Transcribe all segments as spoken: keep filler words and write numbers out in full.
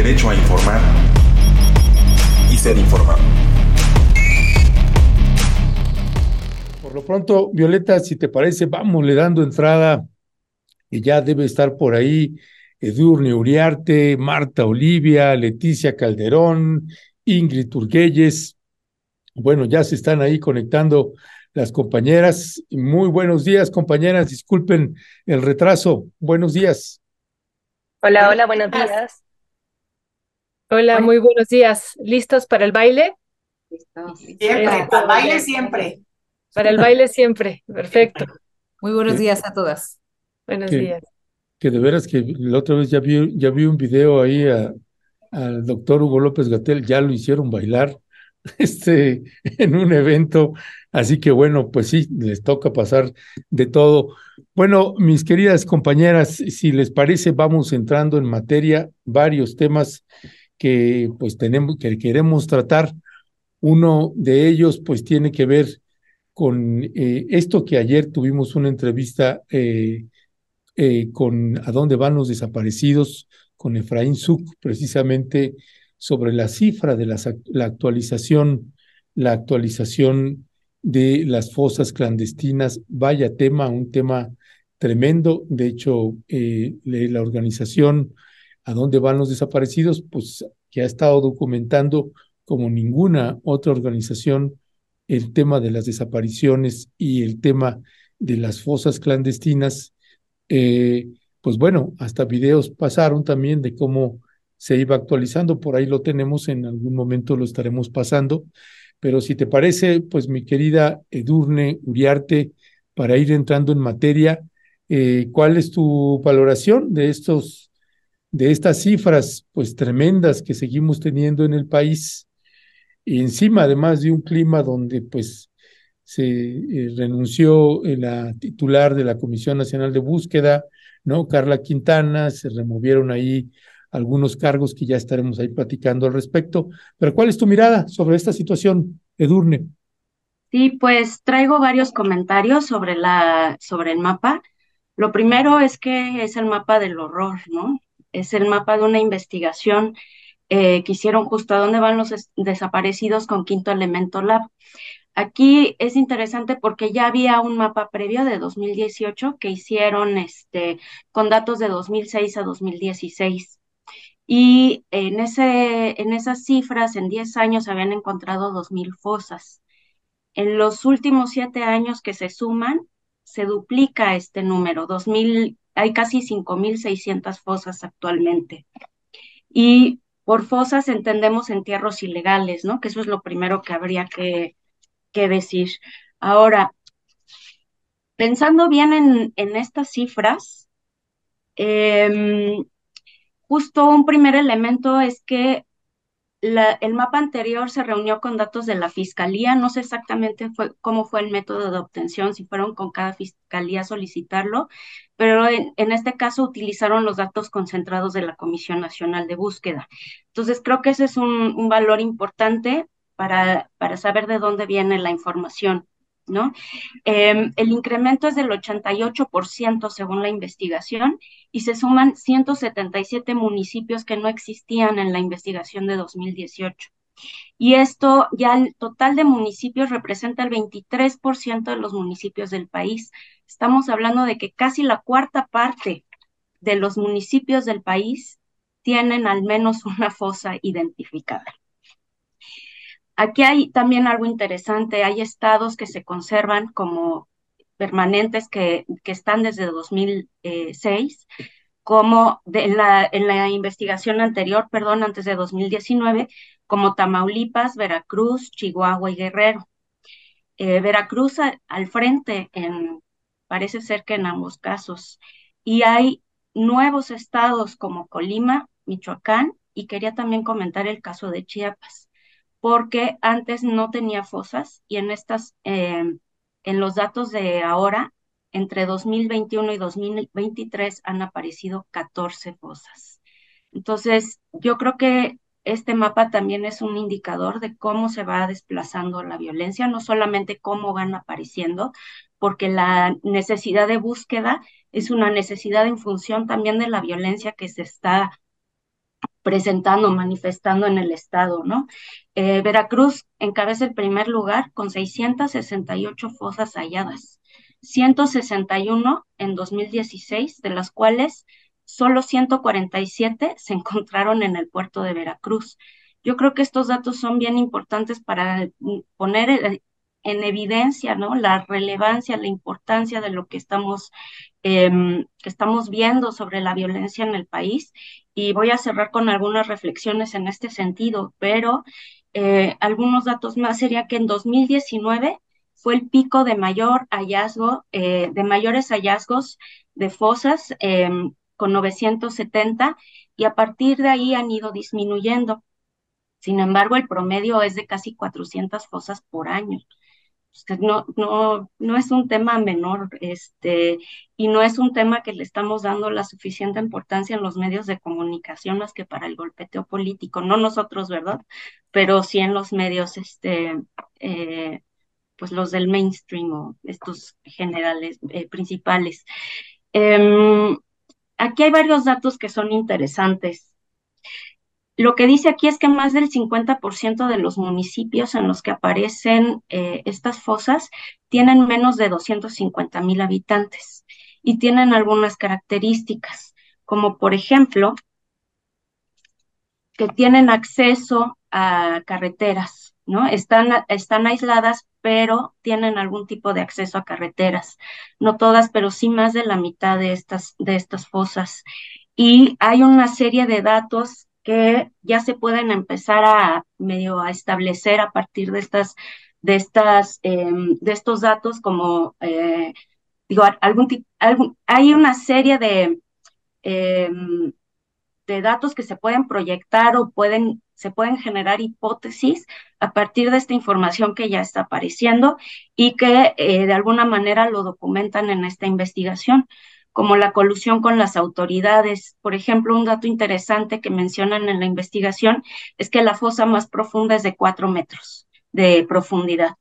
derecho a informar y ser informado. Por lo pronto, Violeta, si te parece, vamos le dando entrada, y ya debe estar por ahí Edurne Uriarte, Marta Olivia, Leticia Calderón, Ingrid Turguelles. Bueno, ya se están ahí conectando las compañeras. Muy buenos días, compañeras. Disculpen el retraso. Buenos días. Hola, Buenos hola, buenos días. días. Hola, Bueno, muy buenos días. ¿Listos para el baile? listo. Eso, Siempre, para el baile ya. siempre. Para el baile siempre. Perfecto. Muy buenos Que, días a todas. Buenos que, días. que de veras que la otra vez ya vi, ya vi un video ahí a- al doctor Hugo López Gatell, ya lo hicieron bailar este, en un evento. Así que bueno, pues sí, les toca pasar de todo. Bueno, mis queridas compañeras, si les parece, vamos entrando en materia, varios temas que pues tenemos, que queremos tratar. Uno de ellos pues tiene que ver con eh, esto que ayer tuvimos una entrevista eh, eh, con ¿A dónde van los desaparecidos? Con Efraín Zuc, precisamente sobre la cifra de las act- la actualización, la actualización de las fosas clandestinas. Vaya tema, un tema tremendo. De hecho, eh, le- la organización ¿A dónde van los desaparecidos? Pues que ha estado documentando como ninguna otra organización el tema de las desapariciones y el tema de las fosas clandestinas. eh, pues bueno, hasta videos pasaron también de cómo se iba actualizando. Por ahí lo tenemos, en algún momento lo estaremos pasando. Pero si te parece, pues mi querida Edurne Uriarte, para ir entrando en materia, eh, ¿cuál es tu valoración de estos, de estas cifras, pues tremendas que seguimos teniendo en el país? Y encima, además de un clima donde pues se eh, renunció eh, la titular de la Comisión Nacional de Búsqueda, ¿no? Carla Quintana, se removieron ahí algunos cargos que ya estaremos ahí platicando al respecto. Pero ¿cuál es tu mirada sobre esta situación, Edurne? Sí, pues traigo varios comentarios sobre la, sobre el mapa. Lo primero es que es el mapa del horror, ¿no? Es el mapa de una investigación eh, que hicieron justo a dónde van los es- desaparecidos con Quinto Elemento Lab. Aquí es interesante porque ya había un mapa previo de dos mil dieciocho que hicieron este, con datos de dos mil seis a dos mil dieciséis. Y en ese, en esas cifras, en diez años, se habían encontrado dos mil fosas. En los últimos siete años que se suman, se duplica este número, dos mil, hay casi cinco mil seiscientas fosas actualmente. Y por fosas entendemos entierros ilegales, ¿no? Que eso es lo primero que habría que, que decir. Ahora, pensando bien en, en estas cifras, eh, justo un primer elemento es que La, el mapa anterior se reunió con datos de la fiscalía, no sé exactamente fue, cómo fue el método de obtención, si fueron con cada fiscalía a solicitarlo, pero en, en este caso utilizaron los datos concentrados de la Comisión Nacional de Búsqueda. Entonces creo que ese es un, un valor importante para, para saber de dónde viene la información, ¿no? Eh, el incremento es del ochenta y ocho por ciento según la investigación y se suman ciento setenta y siete municipios que no existían en la investigación de dos mil dieciocho. Y esto ya el total de municipios representa el veintitrés por ciento de los municipios del país. Estamos hablando de que casi la cuarta parte de los municipios del país tienen al menos una fosa identificada. Aquí hay también algo interesante, hay estados que se conservan como permanentes que, que están desde dos mil seis, como de la, en la investigación anterior, perdón, antes de dos mil diecinueve, como Tamaulipas, Veracruz, Chihuahua y Guerrero. Eh, Veracruz a, al frente, en, parece ser que en ambos casos. Y hay nuevos estados como Colima, Michoacán, y quería también comentar el caso de Chiapas, porque antes no tenía fosas y en estas, eh, en los datos de ahora, entre dos mil veintiuno y dos mil veintitrés han aparecido catorce fosas. Entonces, yo creo que este mapa también es un indicador de cómo se va desplazando la violencia, no solamente cómo van apareciendo, porque la necesidad de búsqueda es una necesidad en función también de la violencia que se está presentando, manifestando en el estado, ¿no? Eh, Veracruz encabeza el primer lugar con seiscientas sesenta y ocho fosas halladas, ciento sesenta y uno en dos mil dieciséis, de las cuales solo ciento cuarenta y siete se encontraron en el puerto de Veracruz. Yo creo que estos datos son bien importantes para poner en evidencia, ¿no?, la relevancia, la importancia de lo que estamos, eh, que estamos viendo sobre la violencia en el país. Y voy a cerrar con algunas reflexiones en este sentido, pero eh, algunos datos más sería que en dos mil diecinueve fue el pico de mayor hallazgo, eh, de mayores hallazgos de fosas, eh, con novecientos setenta, y a partir de ahí han ido disminuyendo. Sin embargo, el promedio es de casi cuatrocientas fosas por año. No, no, no es un tema menor, este, y no es un tema que le estamos dando la suficiente importancia en los medios de comunicación más que para el golpeteo político, no nosotros, ¿verdad? Pero sí en los medios, este, eh, pues los del mainstream o estos generales, eh, principales. Eh, aquí hay varios datos que son interesantes. Lo que dice aquí es que más del cincuenta por ciento de los municipios en los que aparecen eh, estas fosas tienen menos de doscientos cincuenta mil habitantes y tienen algunas características, como por ejemplo, que tienen acceso a carreteras, ¿no? Están, están aisladas, pero tienen algún tipo de acceso a carreteras. No todas, pero sí más de la mitad de estas, de estas fosas. Y hay una serie de datos que ya se pueden empezar a medio a establecer a partir de estas, de estas, eh, de estos datos, como eh, digo, algún, algún, hay una serie de, eh, de datos que se pueden proyectar o pueden, se pueden generar hipótesis a partir de esta información que ya está apareciendo y que eh, de alguna manera lo documentan en esta investigación, como la colusión con las autoridades. Por ejemplo, un dato interesante que mencionan en la investigación es que la fosa más profunda es de cuatro metros de profundidad.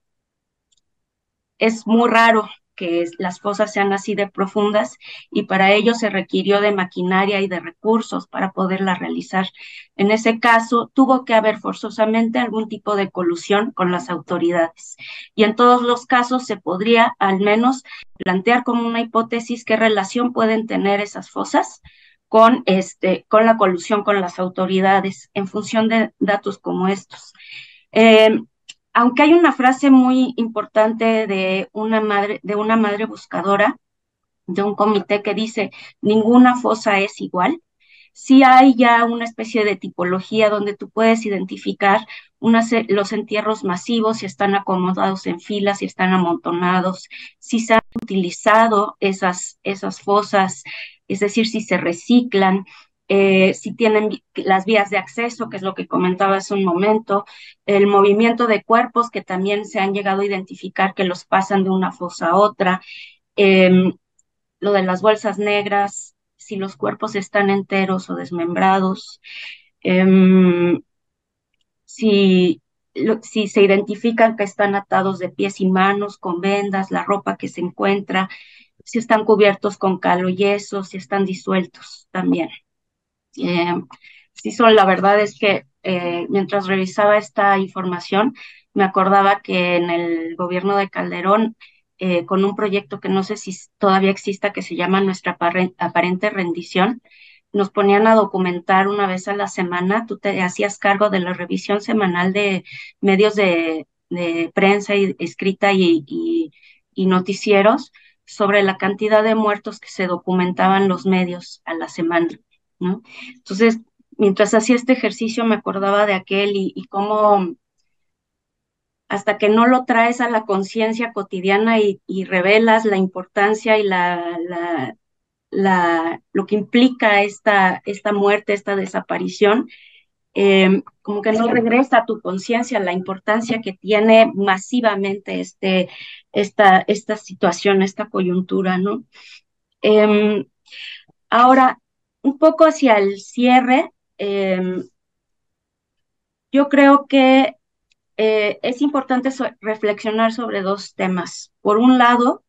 Es muy raro que las fosas sean así de profundas, y para ello se requirió de maquinaria y de recursos para poderla realizar. En ese caso, tuvo que haber forzosamente algún tipo de colusión con las autoridades. Y en todos los casos se podría al menos plantear como una hipótesis qué relación pueden tener esas fosas con, este, con la colusión con las autoridades en función de datos como estos. Eh, Aunque hay una frase muy importante de una madre, de una madre buscadora, de un comité que dice, ninguna fosa es igual, sí hay ya una especie de tipología donde tú puedes identificar una, los entierros masivos, si están acomodados en filas, si están amontonados, si se han utilizado esas, esas fosas, es decir, si se reciclan, Eh, si tienen las vías de acceso, que es lo que comentaba hace un momento, el movimiento de cuerpos que también se han llegado a identificar que los pasan de una fosa a otra, eh, lo de las bolsas negras, si los cuerpos están enteros o desmembrados, eh, si, lo, si se identifican que están atados de pies y manos, con vendas, la ropa que se encuentra, si están cubiertos con cal o yeso, si están disueltos también. Eh, sí, son, la verdad es que eh, mientras revisaba esta información, me acordaba que en el gobierno de Calderón, eh, con un proyecto que no sé si todavía exista, que se llama Nuestra Aparente Rendición, nos ponían a documentar una vez a la semana. Tú te hacías cargo de la revisión semanal de medios de, de prensa y, escrita y, y, y noticieros sobre la cantidad de muertos que se documentaban los medios a la semana, ¿no? Entonces, mientras hacía este ejercicio me acordaba de aquel y, y cómo hasta que no lo traes a la conciencia cotidiana y, y revelas la importancia y la, la, la, lo que implica esta, esta muerte, esta desaparición, eh, como que no regresa a tu conciencia la importancia que tiene masivamente este, esta, esta situación, esta coyuntura, ¿no? Eh, ahora, un poco hacia el cierre, eh, yo creo que eh, es importante so reflexionar sobre dos temas. Por un lado,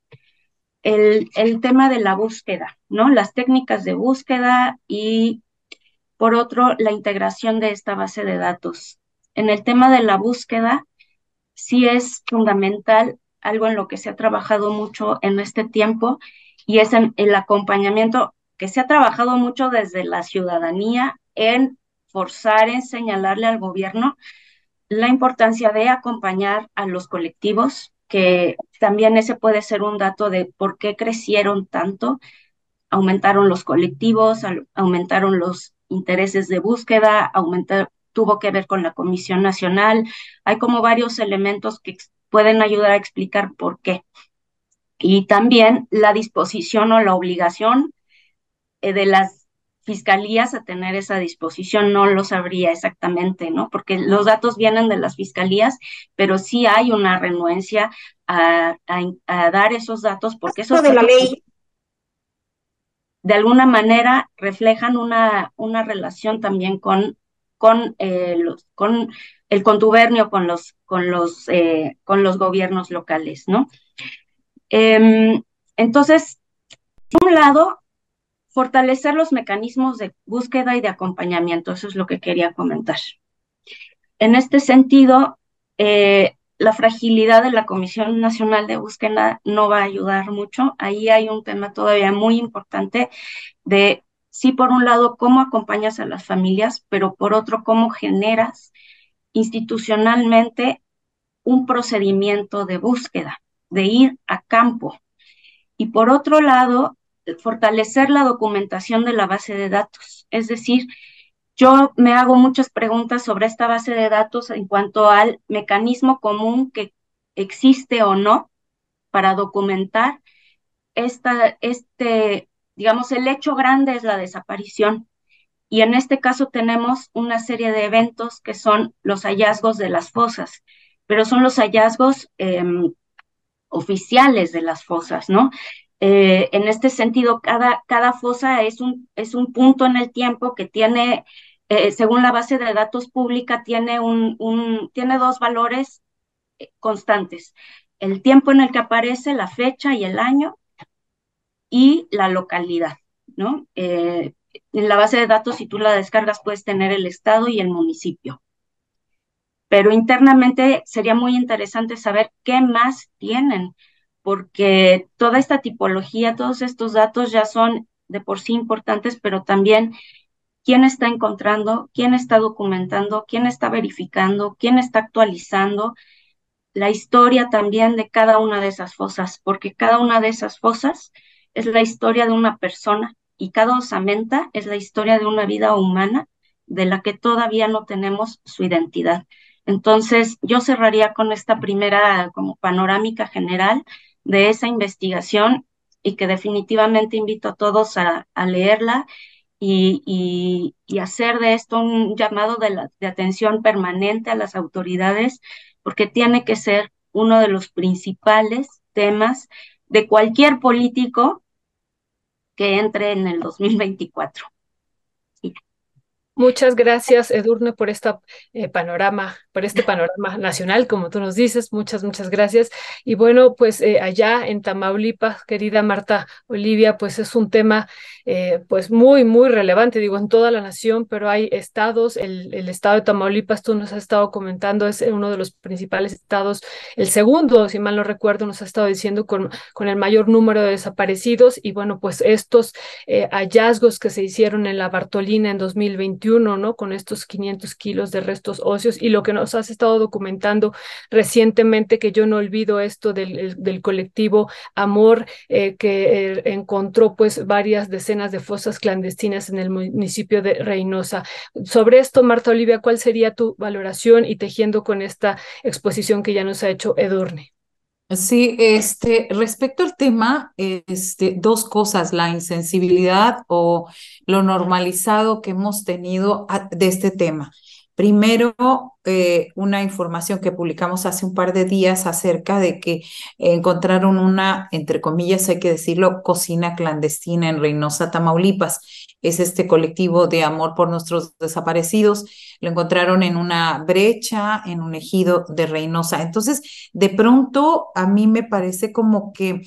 el, el tema de la búsqueda, ¿no? Las técnicas de búsqueda y por otro, la integración de esta base de datos. En el tema de la búsqueda, sí es fundamental, algo en lo que se ha trabajado mucho en este tiempo, y es en el acompañamiento, que se ha trabajado mucho desde la ciudadanía en forzar, en señalarle al gobierno la importancia de acompañar a los colectivos, que también ese puede ser un dato de por qué crecieron tanto. Aumentaron los colectivos, aumentaron los intereses de búsqueda, aumentar, tuvo que ver con la Comisión Nacional. Hay como varios elementos que pueden ayudar a explicar por qué. Y también la disposición o la obligación eh, de las fiscalías a tener esa disposición, no lo sabría exactamente, ¿no? Porque los datos vienen de las fiscalías, pero sí hay una renuencia a, a, a dar esos datos porque esos de la ley. de alguna manera reflejan una, una relación también con, con, eh, los, con el contubernio con los, con, los, eh, con los gobiernos locales, ¿no? Eh, entonces, por un lado, fortalecer los mecanismos de búsqueda y de acompañamiento, eso es lo que quería comentar. En este sentido, eh, la fragilidad de la Comisión Nacional de Búsqueda no va a ayudar mucho. Ahí hay un tema todavía muy importante de, sí, por un lado, cómo acompañas a las familias, pero por otro, cómo generas institucionalmente un procedimiento de búsqueda, de ir a campo. Y por otro lado, fortalecer la documentación de la base de datos. Es decir, yo me hago muchas preguntas sobre esta base de datos en cuanto al mecanismo común que existe o no para documentar esta, este, digamos, el hecho grande es la desaparición. Y en este caso tenemos una serie de eventos que son los hallazgos de las fosas, pero son los hallazgos eh, oficiales de las fosas, ¿no? Eh, en este sentido, cada, cada fosa es un, es un punto en el tiempo que tiene, eh, según la base de datos pública, tiene, un, un, tiene dos valores constantes. El tiempo en el que aparece, la fecha y el año, y la localidad, ¿no? Eh, en la base de datos, si tú la descargas, puedes tener el estado y el municipio. Pero internamente sería muy interesante saber qué más tienen, porque toda esta tipología, todos estos datos ya son de por sí importantes, pero también quién está encontrando, quién está documentando, quién está verificando, quién está actualizando, la historia también de cada una de esas fosas, porque cada una de esas fosas es la historia de una persona y cada osamenta es la historia de una vida humana de la que todavía no tenemos su identidad. Entonces, yo cerraría con esta primera como panorámica general de esa investigación y que definitivamente invito a todos a, a leerla y, y, y hacer de esto un llamado de, la, de atención permanente a las autoridades, porque tiene que ser uno de los principales temas de cualquier político que entre en el dos mil veinticuatro. Sí. Muchas gracias, Edurne, por esta eh, panorama, por este panorama nacional, como tú nos dices. Muchas, muchas gracias. Y bueno, pues eh, allá en Tamaulipas, querida Marta Olivia, pues es un tema eh, pues muy, muy relevante, digo, en toda la nación, pero hay estados, el, el estado de Tamaulipas, tú nos has estado comentando, es uno de los principales estados, el segundo, si mal no recuerdo, nos has estado diciendo con, con el mayor número de desaparecidos. Y bueno, pues estos eh, hallazgos que se hicieron en la Bartolina en dos mil veintiuno, ¿no? Con estos quinientos kilos de restos óseos y lo que nos has estado documentando recientemente, que yo no olvido esto del, del colectivo Amor, eh, que eh, encontró pues varias decenas de fosas clandestinas en el municipio de Reynosa. Sobre esto, Marta Olivia, ¿cuál sería tu valoración y tejiendo con esta exposición que ya nos ha hecho Edurne? Sí, este, respecto al tema, este, dos cosas, la insensibilidad o lo normalizado que hemos tenido a, de este tema. Primero, eh, una información que publicamos hace un par de días acerca de que encontraron una, entre comillas, hay que decirlo, cocina clandestina en Reynosa, Tamaulipas. Es este colectivo de amor por nuestros desaparecidos. Lo encontraron en una brecha, en un ejido de Reynosa. Entonces, de pronto, a mí me parece como que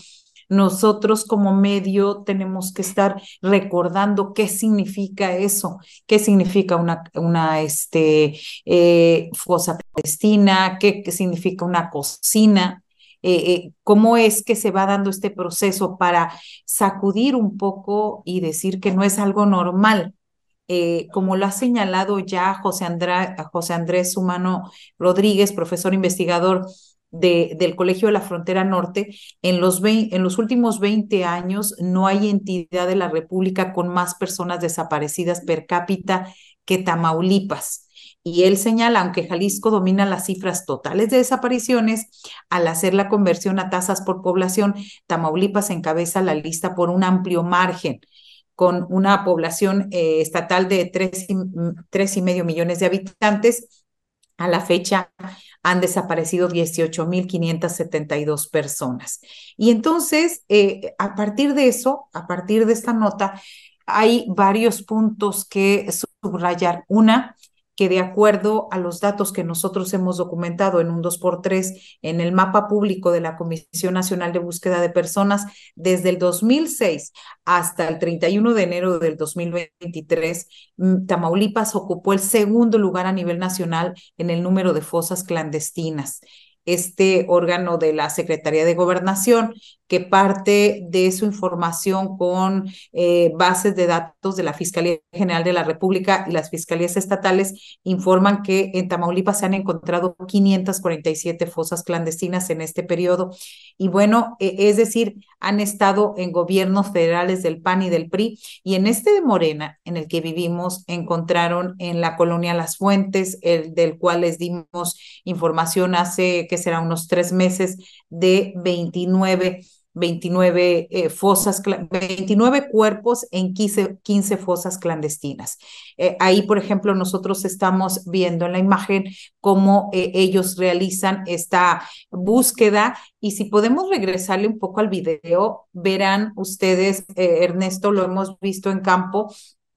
nosotros como medio tenemos que estar recordando qué significa eso, qué significa una, una este, eh, fosa clandestina, qué, qué significa una cocina. Eh, eh, cómo es que se va dando este proceso para sacudir un poco y decir que no es algo normal. Eh, como lo ha señalado ya José, Andrá, José Andrés Humano Rodríguez, profesor investigador de, del Colegio de la Frontera Norte, en los, en los últimos veinte años no hay entidad de la República con más personas desaparecidas per cápita que Tamaulipas. Y él señala, aunque Jalisco domina las cifras totales de desapariciones, al hacer la conversión a tasas por población, Tamaulipas encabeza la lista por un amplio margen, con una población eh, estatal de tres y, tres y medio millones de habitantes. A la fecha han desaparecido dieciocho mil quinientas setenta y dos personas. Y entonces, eh, a partir de eso, a partir de esta nota, hay varios puntos que subrayar. Una, que de acuerdo a los datos que nosotros hemos documentado en un dos por tres en el mapa público de la Comisión Nacional de Búsqueda de Personas, desde el dos mil seis hasta el treinta y uno de enero del dos mil veintitrés, Tamaulipas ocupó el segundo lugar a nivel nacional en el número de fosas clandestinas. Este órgano de la Secretaría de Gobernación, que parte de su información con eh, bases de datos de la Fiscalía General de la República y las fiscalías estatales, informan que en Tamaulipas se han encontrado quinientas cuarenta y siete fosas clandestinas en este periodo. Y bueno, eh, es decir, han estado en gobiernos federales del P A N y del P R I, y en este de Morena, en el que vivimos, encontraron en la colonia Las Fuentes, el del cual les dimos información hace, que será unos tres meses, de veintinueve veintinueve eh, fosas, veintinueve cuerpos en quince, quince fosas clandestinas. Eh, ahí, por ejemplo, nosotros estamos viendo en la imagen cómo eh, ellos realizan esta búsqueda, y si podemos regresarle un poco al video, verán ustedes, eh, Ernesto, lo hemos visto en campo,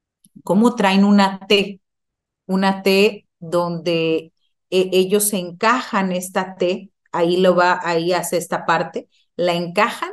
cómo traen una T, una T donde eh, ellos encajan esta T, ahí lo va, ahí hace esta parte, la encajan,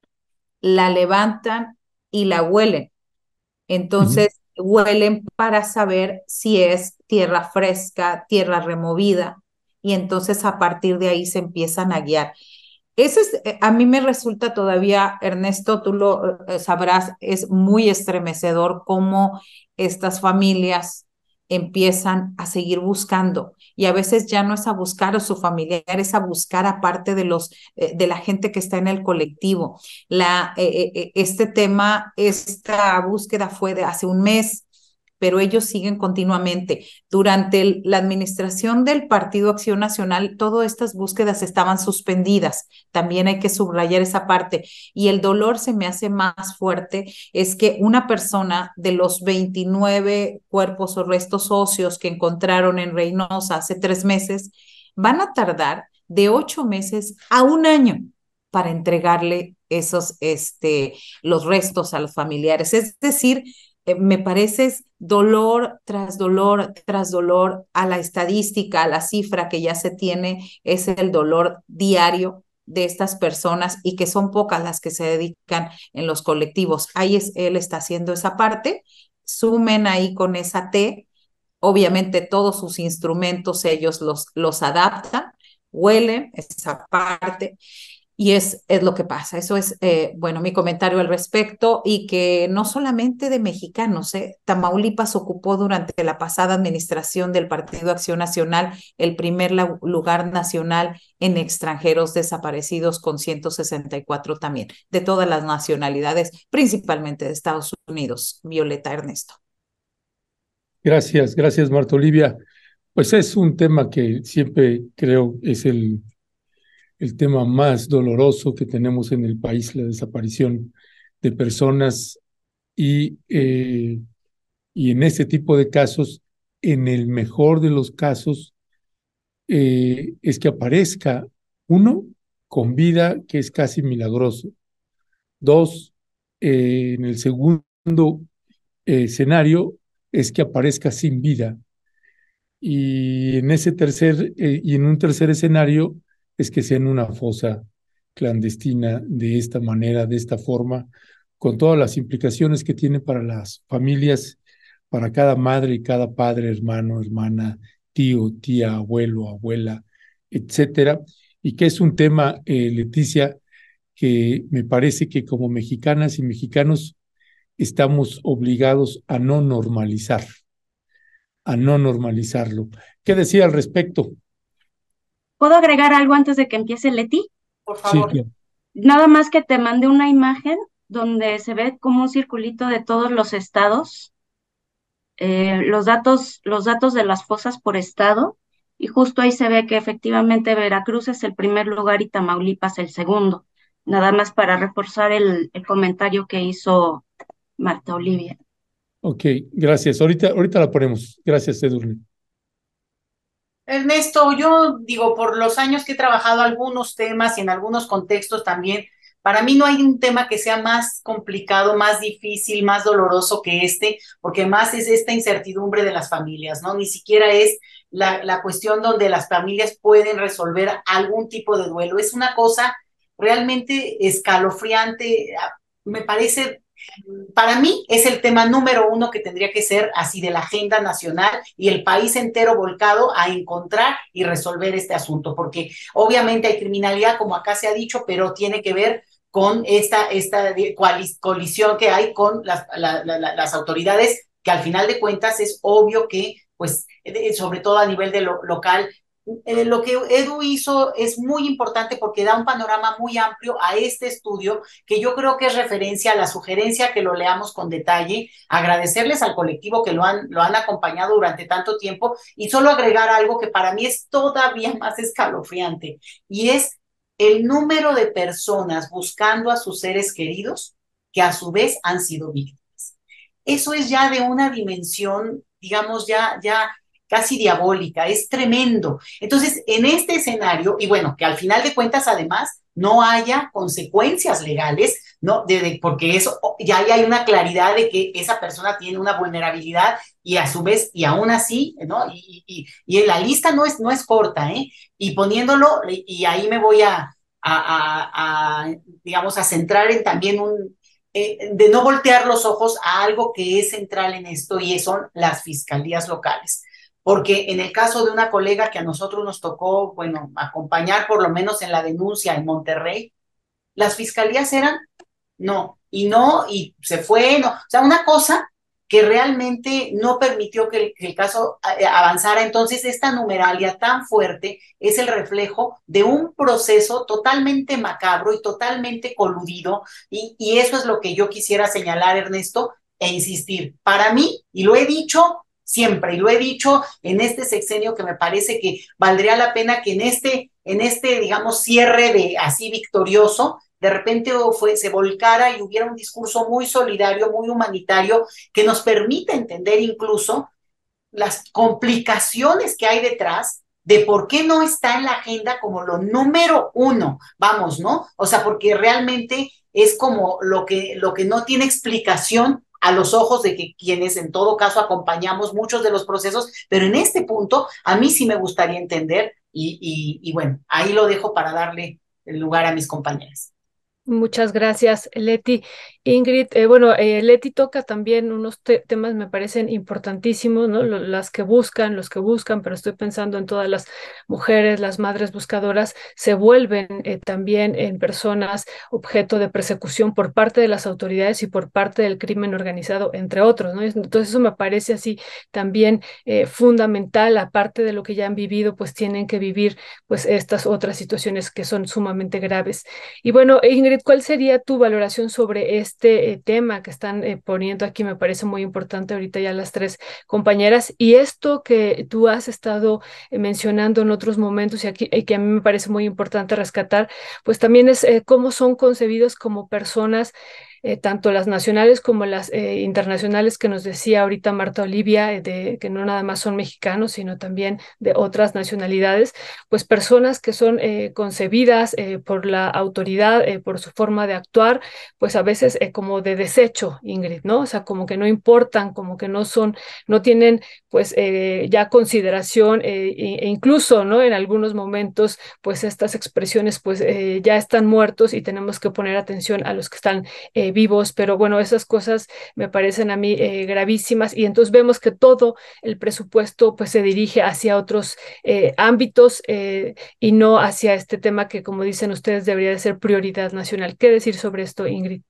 la levantan y la huelen. Entonces, uh-huh. huelen para saber si es tierra fresca, tierra removida, y entonces a partir de ahí se empiezan a guiar. Eso es, a mí me resulta todavía, Ernesto, tú lo eh, sabrás, es muy estremecedor cómo estas familias empiezan a seguir buscando, y a veces ya no es a buscar a su familiar, es a buscar a parte de los eh, de la gente que está en el colectivo. La, eh, eh, este tema, esta búsqueda fue de hace un mes, pero ellos siguen continuamente. Durante el, la administración del Partido Acción Nacional, todas estas búsquedas estaban suspendidas. También hay que subrayar esa parte. Y el dolor se me hace más fuerte, es que una persona de los veintinueve cuerpos o restos óseos que encontraron en Reynosa hace tres meses, van a tardar de ocho meses a un año para entregarle esos, este, los restos a los familiares. Es decir, Eh, me parece dolor tras dolor tras dolor. A la estadística, a la cifra que ya se tiene, es el dolor diario de estas personas, y que son pocas las que se dedican en los colectivos. Ahí es, él está haciendo esa parte, sumen ahí con esa T, obviamente todos sus instrumentos ellos los, los adaptan, huelen esa parte. Y es, es lo que pasa. Eso es, eh, bueno, mi comentario al respecto, y que no solamente de mexicanos, eh, Tamaulipas ocupó durante la pasada administración del Partido Acción Nacional el primer la, lugar nacional en extranjeros desaparecidos, con ciento sesenta y cuatro también, de todas las nacionalidades, principalmente de Estados Unidos. Violeta, Ernesto. Gracias, gracias, Marta Olivia. Pues es un tema que siempre creo es el el tema más doloroso que tenemos en el país, la desaparición de personas, y, eh, y en este tipo de casos, en el mejor de los casos, eh, es que aparezca uno con vida, que es casi milagroso. Dos, eh, en el segundo eh, escenario, es que aparezca sin vida. Y en ese tercer, eh, y en un tercer escenario, es que sea en una fosa clandestina de esta manera, de esta forma, con todas las implicaciones que tiene para las familias, para cada madre y cada padre, hermano, hermana, tío, tía, abuelo, abuela, etcétera, y que es un tema, eh, Leticia, que me parece que como mexicanas y mexicanos estamos obligados a no normalizar, a no normalizarlo. ¿Qué decía al respecto? ¿Puedo agregar algo antes de que empiece Leti? Por Sí, favor. claro. Nada más que te mandé una imagen donde se ve como un circulito de todos los estados, eh, los datos, los datos de las fosas por estado, y justo ahí se ve que efectivamente Veracruz es el primer lugar y Tamaulipas el segundo. Nada más para reforzar el, el comentario que hizo Marta Olivia. Ok, gracias. Ahorita, ahorita la ponemos. Gracias, Edurne. Ernesto, yo digo, por los años que he trabajado algunos temas y en algunos contextos también, para mí no hay un tema que sea más complicado, más difícil, más doloroso que este, porque más es esta incertidumbre de las familias, ¿no? Ni siquiera es la, la cuestión donde las familias pueden resolver algún tipo de duelo. Es una cosa realmente escalofriante, me parece. Para mí es el tema número uno que tendría que ser así de la agenda nacional y el país entero volcado a encontrar y resolver este asunto, porque obviamente hay criminalidad, como acá se ha dicho, pero tiene que ver con esta, esta colisión que hay con las, la, la, las autoridades, que al final de cuentas es obvio que, pues, sobre todo a nivel de lo local, Eh, lo que Edu hizo es muy importante porque da un panorama muy amplio a este estudio, que yo creo que es referencia a la sugerencia que lo leamos con detalle, agradecerles al colectivo que lo han, lo han acompañado durante tanto tiempo, y solo agregar algo que para mí es todavía más escalofriante, y es el número de personas buscando a sus seres queridos que a su vez han sido víctimas. Eso es ya de una dimensión, digamos, ya, ya casi diabólica, es tremendo. Entonces, en este escenario, y bueno, que al final de cuentas, además, no haya consecuencias legales, ¿no? De, de, porque eso, ya hay una claridad de que esa persona tiene una vulnerabilidad y a su vez, y aún así, ¿no? Y, y, y la lista no es, no es corta, ¿eh? Y poniéndolo, y ahí me voy a, a, a, a digamos, a centrar en también un, eh, de no voltear los ojos a algo que es central en esto, y son las fiscalías locales. Porque en el caso de una colega que a nosotros nos tocó, bueno, acompañar por lo menos en la denuncia en Monterrey, las fiscalías eran no, y no, y se fue, no, o sea, una cosa que realmente no permitió que el, que el caso avanzara. Entonces, esta numeralia tan fuerte es el reflejo de un proceso totalmente macabro y totalmente coludido, y, y eso es lo que yo quisiera señalar, Ernesto, e insistir. Para mí, y lo he dicho siempre, y lo he dicho en este sexenio, que me parece que valdría la pena que en este, en este, digamos, cierre de así victorioso, de repente fue, se volcara y hubiera un discurso muy solidario, muy humanitario, que nos permita entender incluso las complicaciones que hay detrás de por qué no está en la agenda como lo número uno, vamos, ¿no? O sea, porque realmente es como lo que, lo que no tiene explicación a los ojos de que quienes en todo caso acompañamos muchos de los procesos, pero en este punto a mí sí me gustaría entender, y, y, y bueno, ahí lo dejo para darle el lugar a mis compañeras. Muchas gracias, Leti. Ingrid, eh, bueno, eh, Leti toca también unos te temas me parecen importantísimos, ¿no? Lo, las que buscan, los que buscan, pero estoy pensando en todas las mujeres, las madres buscadoras, se vuelven eh, también en personas objeto de persecución por parte de las autoridades y por parte del crimen organizado, entre otros, ¿no? Entonces eso me parece así también eh, fundamental, aparte de lo que ya han vivido, pues tienen que vivir pues estas otras situaciones que son sumamente graves. Y bueno, Ingrid, ¿cuál sería tu valoración sobre este eh, tema que están eh, poniendo aquí? Me parece muy importante ahorita ya las tres compañeras, y esto que tú has estado eh, mencionando en otros momentos y aquí y que a mí me parece muy importante rescatar, pues también es eh, cómo son concebidos como personas eh, tanto las nacionales como las eh, internacionales que nos decía ahorita Marta Olivia, eh, de, que no nada más son mexicanos, sino también de otras nacionalidades, pues personas que son eh, concebidas eh, por la autoridad, eh, por su forma de actuar, pues a veces eh, como de desecho, Ingrid, ¿no? O sea, como que no importan, como que no son, no tienen pues eh, ya consideración eh, e, e incluso, ¿no? En algunos momentos, pues estas expresiones pues eh, ya están muertos y tenemos que poner atención a los que están eh, vivos, pero bueno, esas cosas me parecen a mí eh, gravísimas y entonces vemos que todo el presupuesto pues se dirige hacia otros eh, ámbitos eh, y no hacia este tema que, como dicen ustedes, debería de ser prioridad nacional. ¿Qué decir sobre esto, Ingrid?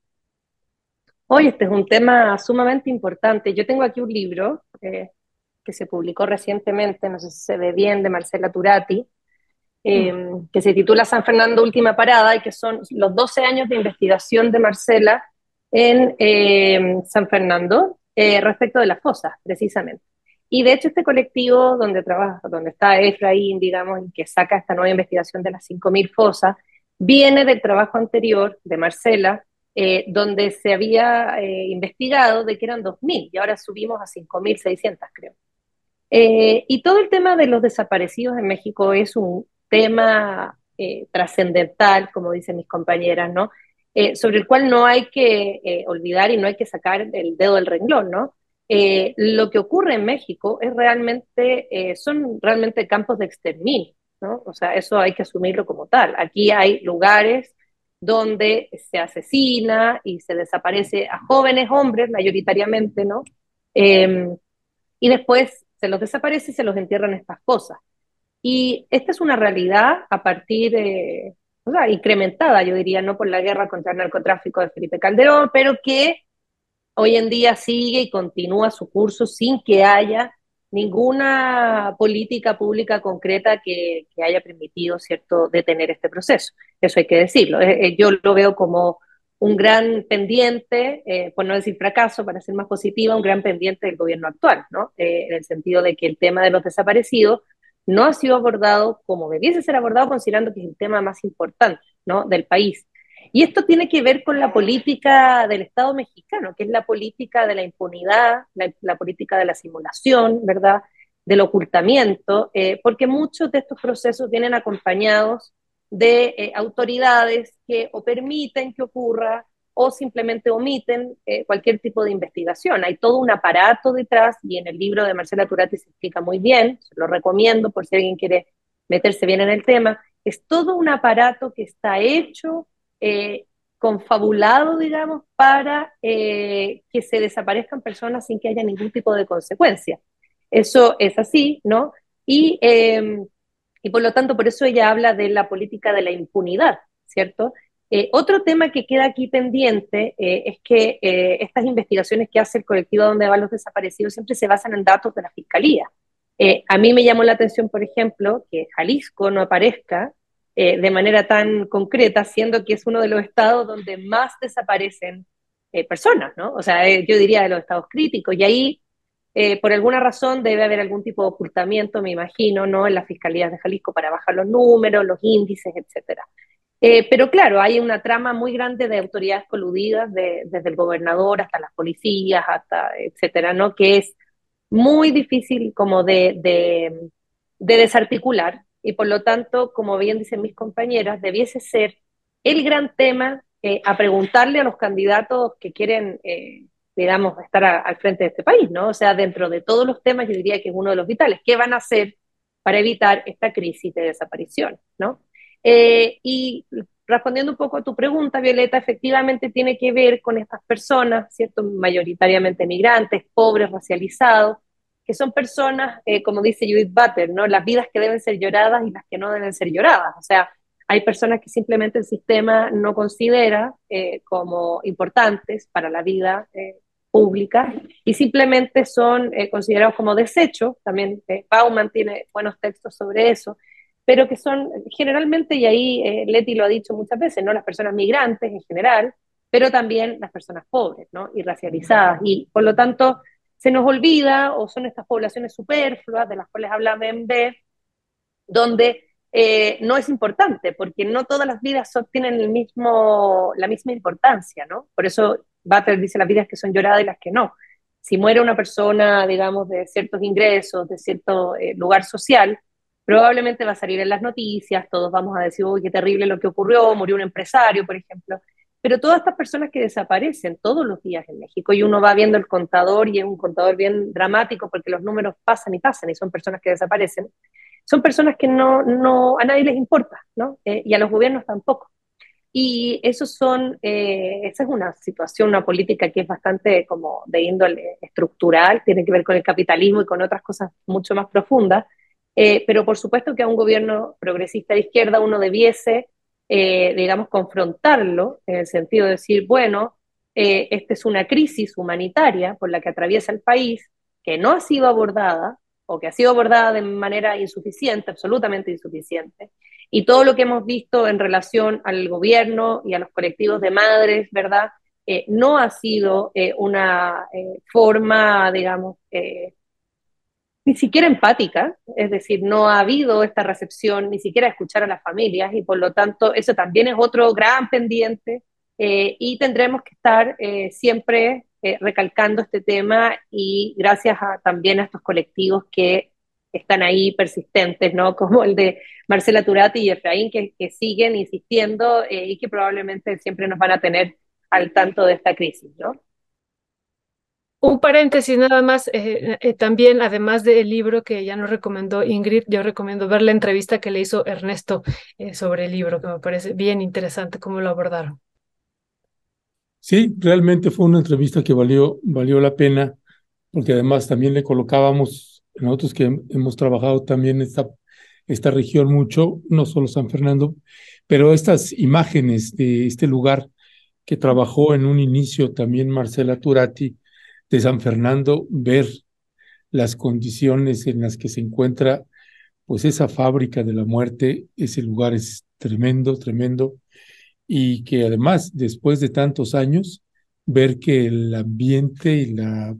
Hoy este es un tema sumamente importante. Yo tengo aquí un libro eh, que se publicó recientemente, no sé si se ve bien, de Marcela Turati, eh, mm. que se titula San Fernando Última Parada, y que son los doce años de investigación de Marcela en eh, San Fernando eh, respecto de las fosas, precisamente. Y de hecho este colectivo donde trabaja, donde está Efraín, digamos, y que saca esta nueva investigación de las cinco mil fosas, viene del trabajo anterior de Marcela, eh, donde se había eh, investigado de que eran dos mil, y ahora subimos a cinco mil seiscientos, creo. Eh, y todo el tema de los desaparecidos en México es un tema eh, trascendental, como dicen mis compañeras, ¿no? Eh, sobre el cual no hay que eh, olvidar y no hay que sacar el dedo del renglón, ¿no? Eh, lo que ocurre en México es realmente, eh, son realmente campos de exterminio, ¿no? O sea, eso hay que asumirlo como tal. Aquí hay lugares donde se asesina y se desaparece a jóvenes hombres, mayoritariamente, ¿no? Eh, y después se los desaparece y se los entierran estas cosas. Y esta es una realidad a partir, eh, o sea, incrementada, yo diría, no por la guerra contra el narcotráfico de Felipe Calderón, pero que hoy en día sigue y continúa su curso sin que haya ninguna política pública concreta que, que haya permitido, ¿cierto?, detener este proceso. Eso hay que decirlo. Eh, yo lo veo como un gran pendiente, eh, por no decir fracaso, para ser más positiva, un gran pendiente del gobierno actual, ¿no? Eh, en el sentido de que el tema de los desaparecidos no ha sido abordado como debiese ser abordado, considerando que es el tema más importante, ¿no?, del país. Y esto tiene que ver con la política del Estado mexicano, que es la política de la impunidad, la, la política de la simulación, ¿verdad?, del ocultamiento, eh, porque muchos de estos procesos vienen acompañados de eh, autoridades que o permiten que ocurra o simplemente omiten eh, cualquier tipo de investigación. Hay todo un aparato detrás, y en el libro de Marcela Turati se explica muy bien, se lo recomiendo por si alguien quiere meterse bien en el tema. Es todo un aparato que está hecho, eh, confabulado, digamos, para eh, que se desaparezcan personas sin que haya ningún tipo de consecuencia. Eso es así, ¿no? Y... Eh, Y por lo tanto, por eso ella habla de la política de la impunidad, ¿cierto? Eh, otro tema que queda aquí pendiente eh, es que eh, estas investigaciones que hace el colectivo Donde Van los Desaparecidos siempre se basan en datos de la Fiscalía. Eh, a mí me llamó la atención, por ejemplo, que Jalisco no aparezca eh, de manera tan concreta, siendo que es uno de los estados donde más desaparecen eh, personas, ¿no? O sea, eh, yo diría de los estados críticos, y ahí Eh, por alguna razón debe haber algún tipo de ocultamiento, me imagino, ¿no?, en las fiscalías de Jalisco para bajar los números, los índices, etcétera. Eh, pero claro, hay una trama muy grande de autoridades coludidas, de, desde el gobernador hasta las policías, hasta etcétera, ¿no?, que es muy difícil como de, de, de desarticular, y por lo tanto, como bien dicen mis compañeras, debiese ser el gran tema eh, a preguntarle a los candidatos que quieren... Eh, digamos, estar a, al frente de este país, ¿no? O sea, dentro de todos los temas, yo diría que es uno de los vitales. ¿Qué van a hacer para evitar esta crisis de desaparición, ¿no? Eh, y respondiendo un poco a tu pregunta, Violeta, efectivamente tiene que ver con estas personas, ¿cierto?, mayoritariamente migrantes, pobres, racializados, que son personas, eh, como dice Judith Butler, ¿no?, las vidas que deben ser lloradas y las que no deben ser lloradas. O sea, hay personas que simplemente el sistema no considera eh, como importantes para la vida eh, pública, y simplemente son eh, considerados como desechos. También eh, Bauman tiene buenos textos sobre eso, pero que son generalmente, y ahí eh, Leti lo ha dicho muchas veces, ¿no?, las personas migrantes en general, pero también las personas pobres, ¿no?, y racializadas, y por lo tanto se nos olvida, o son estas poblaciones superfluas de las cuales habla M B, donde eh, no es importante, porque no todas las vidas son, tienen el mismo, la misma importancia, ¿no? Por eso Butler dice las vidas que son lloradas y las que no. Si muere una persona, digamos, de ciertos ingresos, de cierto eh, lugar social, probablemente va a salir en las noticias, todos vamos a decir, uy, qué terrible lo que ocurrió, murió un empresario, por ejemplo. Pero todas estas personas que desaparecen todos los días en México, y uno va viendo el contador, y es un contador bien dramático porque los números pasan y pasan, y son personas que desaparecen, son personas que no, no a nadie les importa, ¿no? Eh, y a los gobiernos tampoco. Y eso son, eh, esa es una situación, una política que es bastante como de índole estructural, tiene que ver con el capitalismo y con otras cosas mucho más profundas, eh, pero por supuesto que a un gobierno progresista de izquierda uno debiese, eh, digamos, confrontarlo en el sentido de decir, bueno, eh, esta es una crisis humanitaria por la que atraviesa el país, que no ha sido abordada, o que ha sido abordada de manera insuficiente, absolutamente insuficiente, y todo lo que hemos visto en relación al gobierno y a los colectivos de madres, ¿verdad? Eh, no ha sido eh, una eh, forma, digamos, eh, ni siquiera empática, es decir, no ha habido esta recepción, ni siquiera escuchar a las familias, y por lo tanto eso también es otro gran pendiente, eh, y tendremos que estar eh, siempre eh, recalcando este tema, y gracias a, también a estos colectivos que están ahí persistentes, ¿no? Como el de Marcela Turati y Efraín, que, que siguen insistiendo eh, y que probablemente siempre nos van a tener al tanto de esta crisis, ¿no? Un paréntesis nada más, eh, eh, también además del libro que ya nos recomendó Ingrid, yo recomiendo ver la entrevista que le hizo Ernesto eh, sobre el libro, que me parece bien interesante cómo lo abordaron. Sí, realmente fue una entrevista que valió, valió la pena, porque además también le colocábamos, nosotros que hemos trabajado también esta, esta región mucho, no solo San Fernando, pero estas imágenes de este lugar que trabajó en un inicio también Marcela Turati de San Fernando, ver las condiciones en las que se encuentra pues esa fábrica de la muerte, ese lugar es tremendo, tremendo, y que además después de tantos años, ver que el ambiente y la,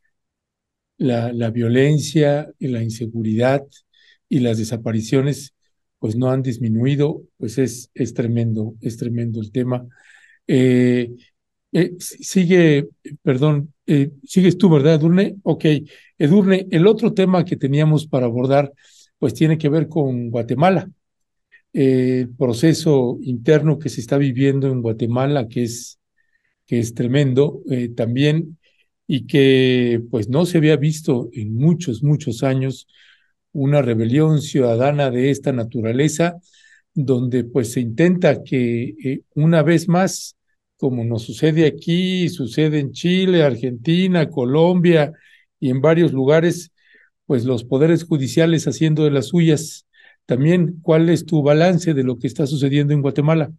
la, la violencia y la inseguridad y las desapariciones pues no han disminuido, pues es, es tremendo, es tremendo el tema. Eh, eh, sigue, perdón, eh, sigues tú, ¿verdad, Edurne? Ok, Edurne, el otro tema que teníamos para abordar, pues tiene que ver con Guatemala, eh, el proceso interno que se está viviendo en Guatemala, que es, que es tremendo eh, también, y que pues no se había visto en muchos, muchos años una rebelión ciudadana de esta naturaleza, donde pues se intenta que eh, una vez más, como nos sucede aquí, sucede en Chile, Argentina, Colombia y en varios lugares, pues los poderes judiciales haciendo de las suyas. También, ¿cuál es tu balance de lo que está sucediendo en Guatemala?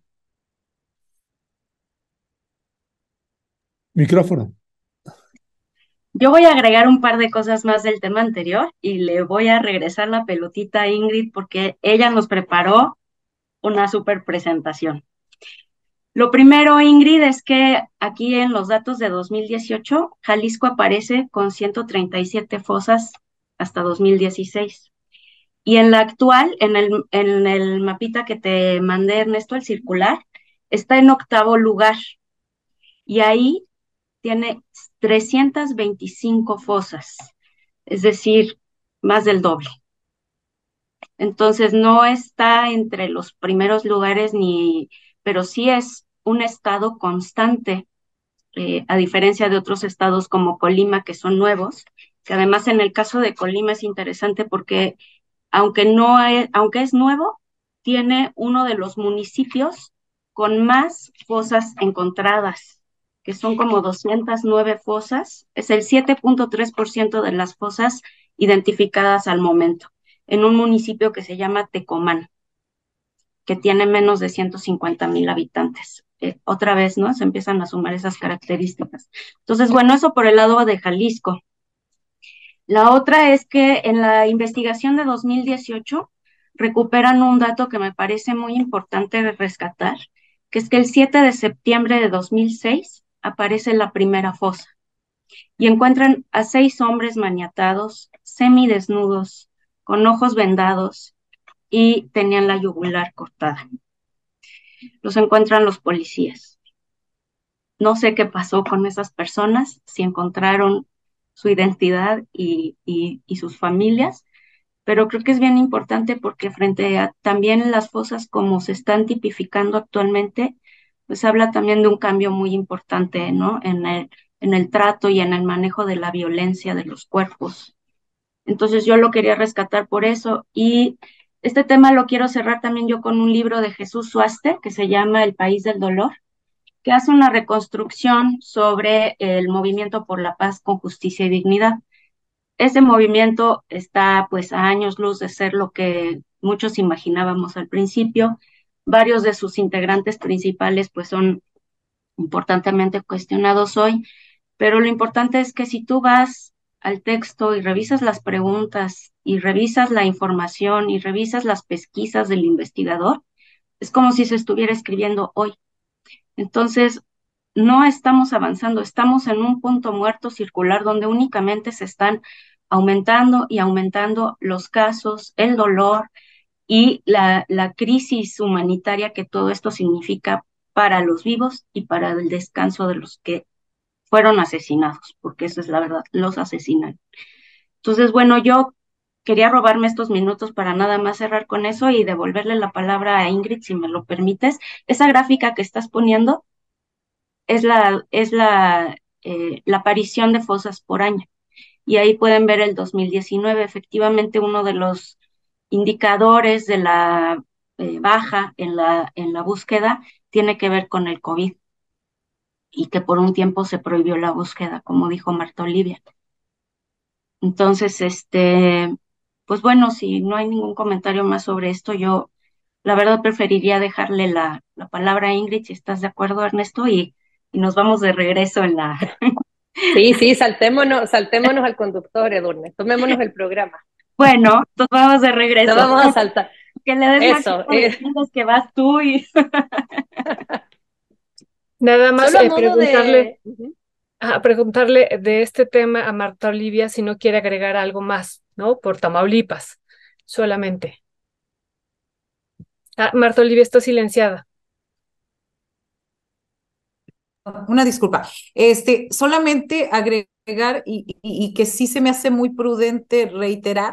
Micrófono. Yo voy a agregar un par de cosas más del tema anterior y le voy a regresar la pelotita a Ingrid porque ella nos preparó una súper presentación. Lo primero, Ingrid, es que aquí en los datos de dos mil dieciocho, Jalisco aparece con ciento treinta y siete fosas hasta dos mil dieciséis. Y en la actual, en el, en el mapita que te mandé, Ernesto, el circular, está en octavo lugar. Y ahí tiene trescientas veinticinco fosas, es decir, más del doble. Entonces no está entre los primeros lugares, ni, pero sí es un estado constante, eh, a diferencia de otros estados como Colima, que son nuevos, que además en el caso de Colima es interesante porque aunque, no es, aunque es nuevo, tiene uno de los municipios con más fosas encontradas, que son como doscientas nueve fosas, es el siete punto tres por ciento de las fosas identificadas al momento, en un municipio que se llama Tecomán, que tiene menos de ciento cincuenta mil habitantes. Eh, otra vez, ¿no? Se empiezan a sumar esas características. Entonces, bueno, eso por el lado de Jalisco. La otra es que en la investigación de dos mil dieciocho recuperan un dato que me parece muy importante rescatar, que es que el siete de septiembre de dos mil seis aparece la primera fosa y encuentran a seis hombres maniatados, semidesnudos, con ojos vendados, y tenían la yugular cortada. Los encuentran los policías. No sé qué pasó con esas personas, si encontraron su identidad y, y, y sus familias, pero creo que es bien importante porque frente a también las fosas como se están tipificando actualmente, pues habla también de un cambio muy importante, ¿no? En el, en el trato y en el manejo de la violencia de los cuerpos. Entonces yo lo quería rescatar por eso, y este tema lo quiero cerrar también yo con un libro de Jesús Suaste que se llama El País del Dolor, que hace una reconstrucción sobre el movimiento por la paz con justicia y dignidad. Ese movimiento está pues a años luz de ser lo que muchos imaginábamos al principio. Varios de sus integrantes principales pues son importantemente cuestionados hoy, pero lo importante es que si tú vas al texto y revisas las preguntas y revisas la información y revisas las pesquisas del investigador, es como si se estuviera escribiendo hoy. Entonces, no estamos avanzando, estamos en un punto muerto circular donde únicamente se están aumentando y aumentando los casos, el dolor y la, la crisis humanitaria que todo esto significa para los vivos y para el descanso de los que fueron asesinados, porque eso es la verdad, los asesinan. Entonces, bueno, yo quería robarme estos minutos para nada más cerrar con eso y devolverle la palabra a Ingrid, si me lo permites. Esa gráfica que estás poniendo es la, es la, eh, la aparición de fosas por año. Y ahí pueden ver el dos mil diecinueve, efectivamente uno de los indicadores de la eh, baja en la, en la búsqueda tiene que ver con el COVID y que por un tiempo se prohibió la búsqueda, como dijo Marta Olivia. Entonces, este, pues bueno, si no hay ningún comentario más sobre esto, yo la verdad preferiría dejarle la, la palabra a Ingrid, si estás de acuerdo, Ernesto, y, y nos vamos de regreso en la... Sí, sí, saltémonos, saltémonos al conductor, Edurne, tomémonos el programa. Bueno, nos vamos de regreso. Nos vamos a saltar. Que le des Eso, la eh... que vas tú y... Nada más Solo a eh, modo preguntarle, de... a preguntarle de este tema a Marta Olivia si no quiere agregar algo más, ¿no? Por Tamaulipas, solamente. Ah, Marta Olivia está silenciada. Una disculpa. Este, solamente agregar y, y, y que sí se me hace muy prudente reiterar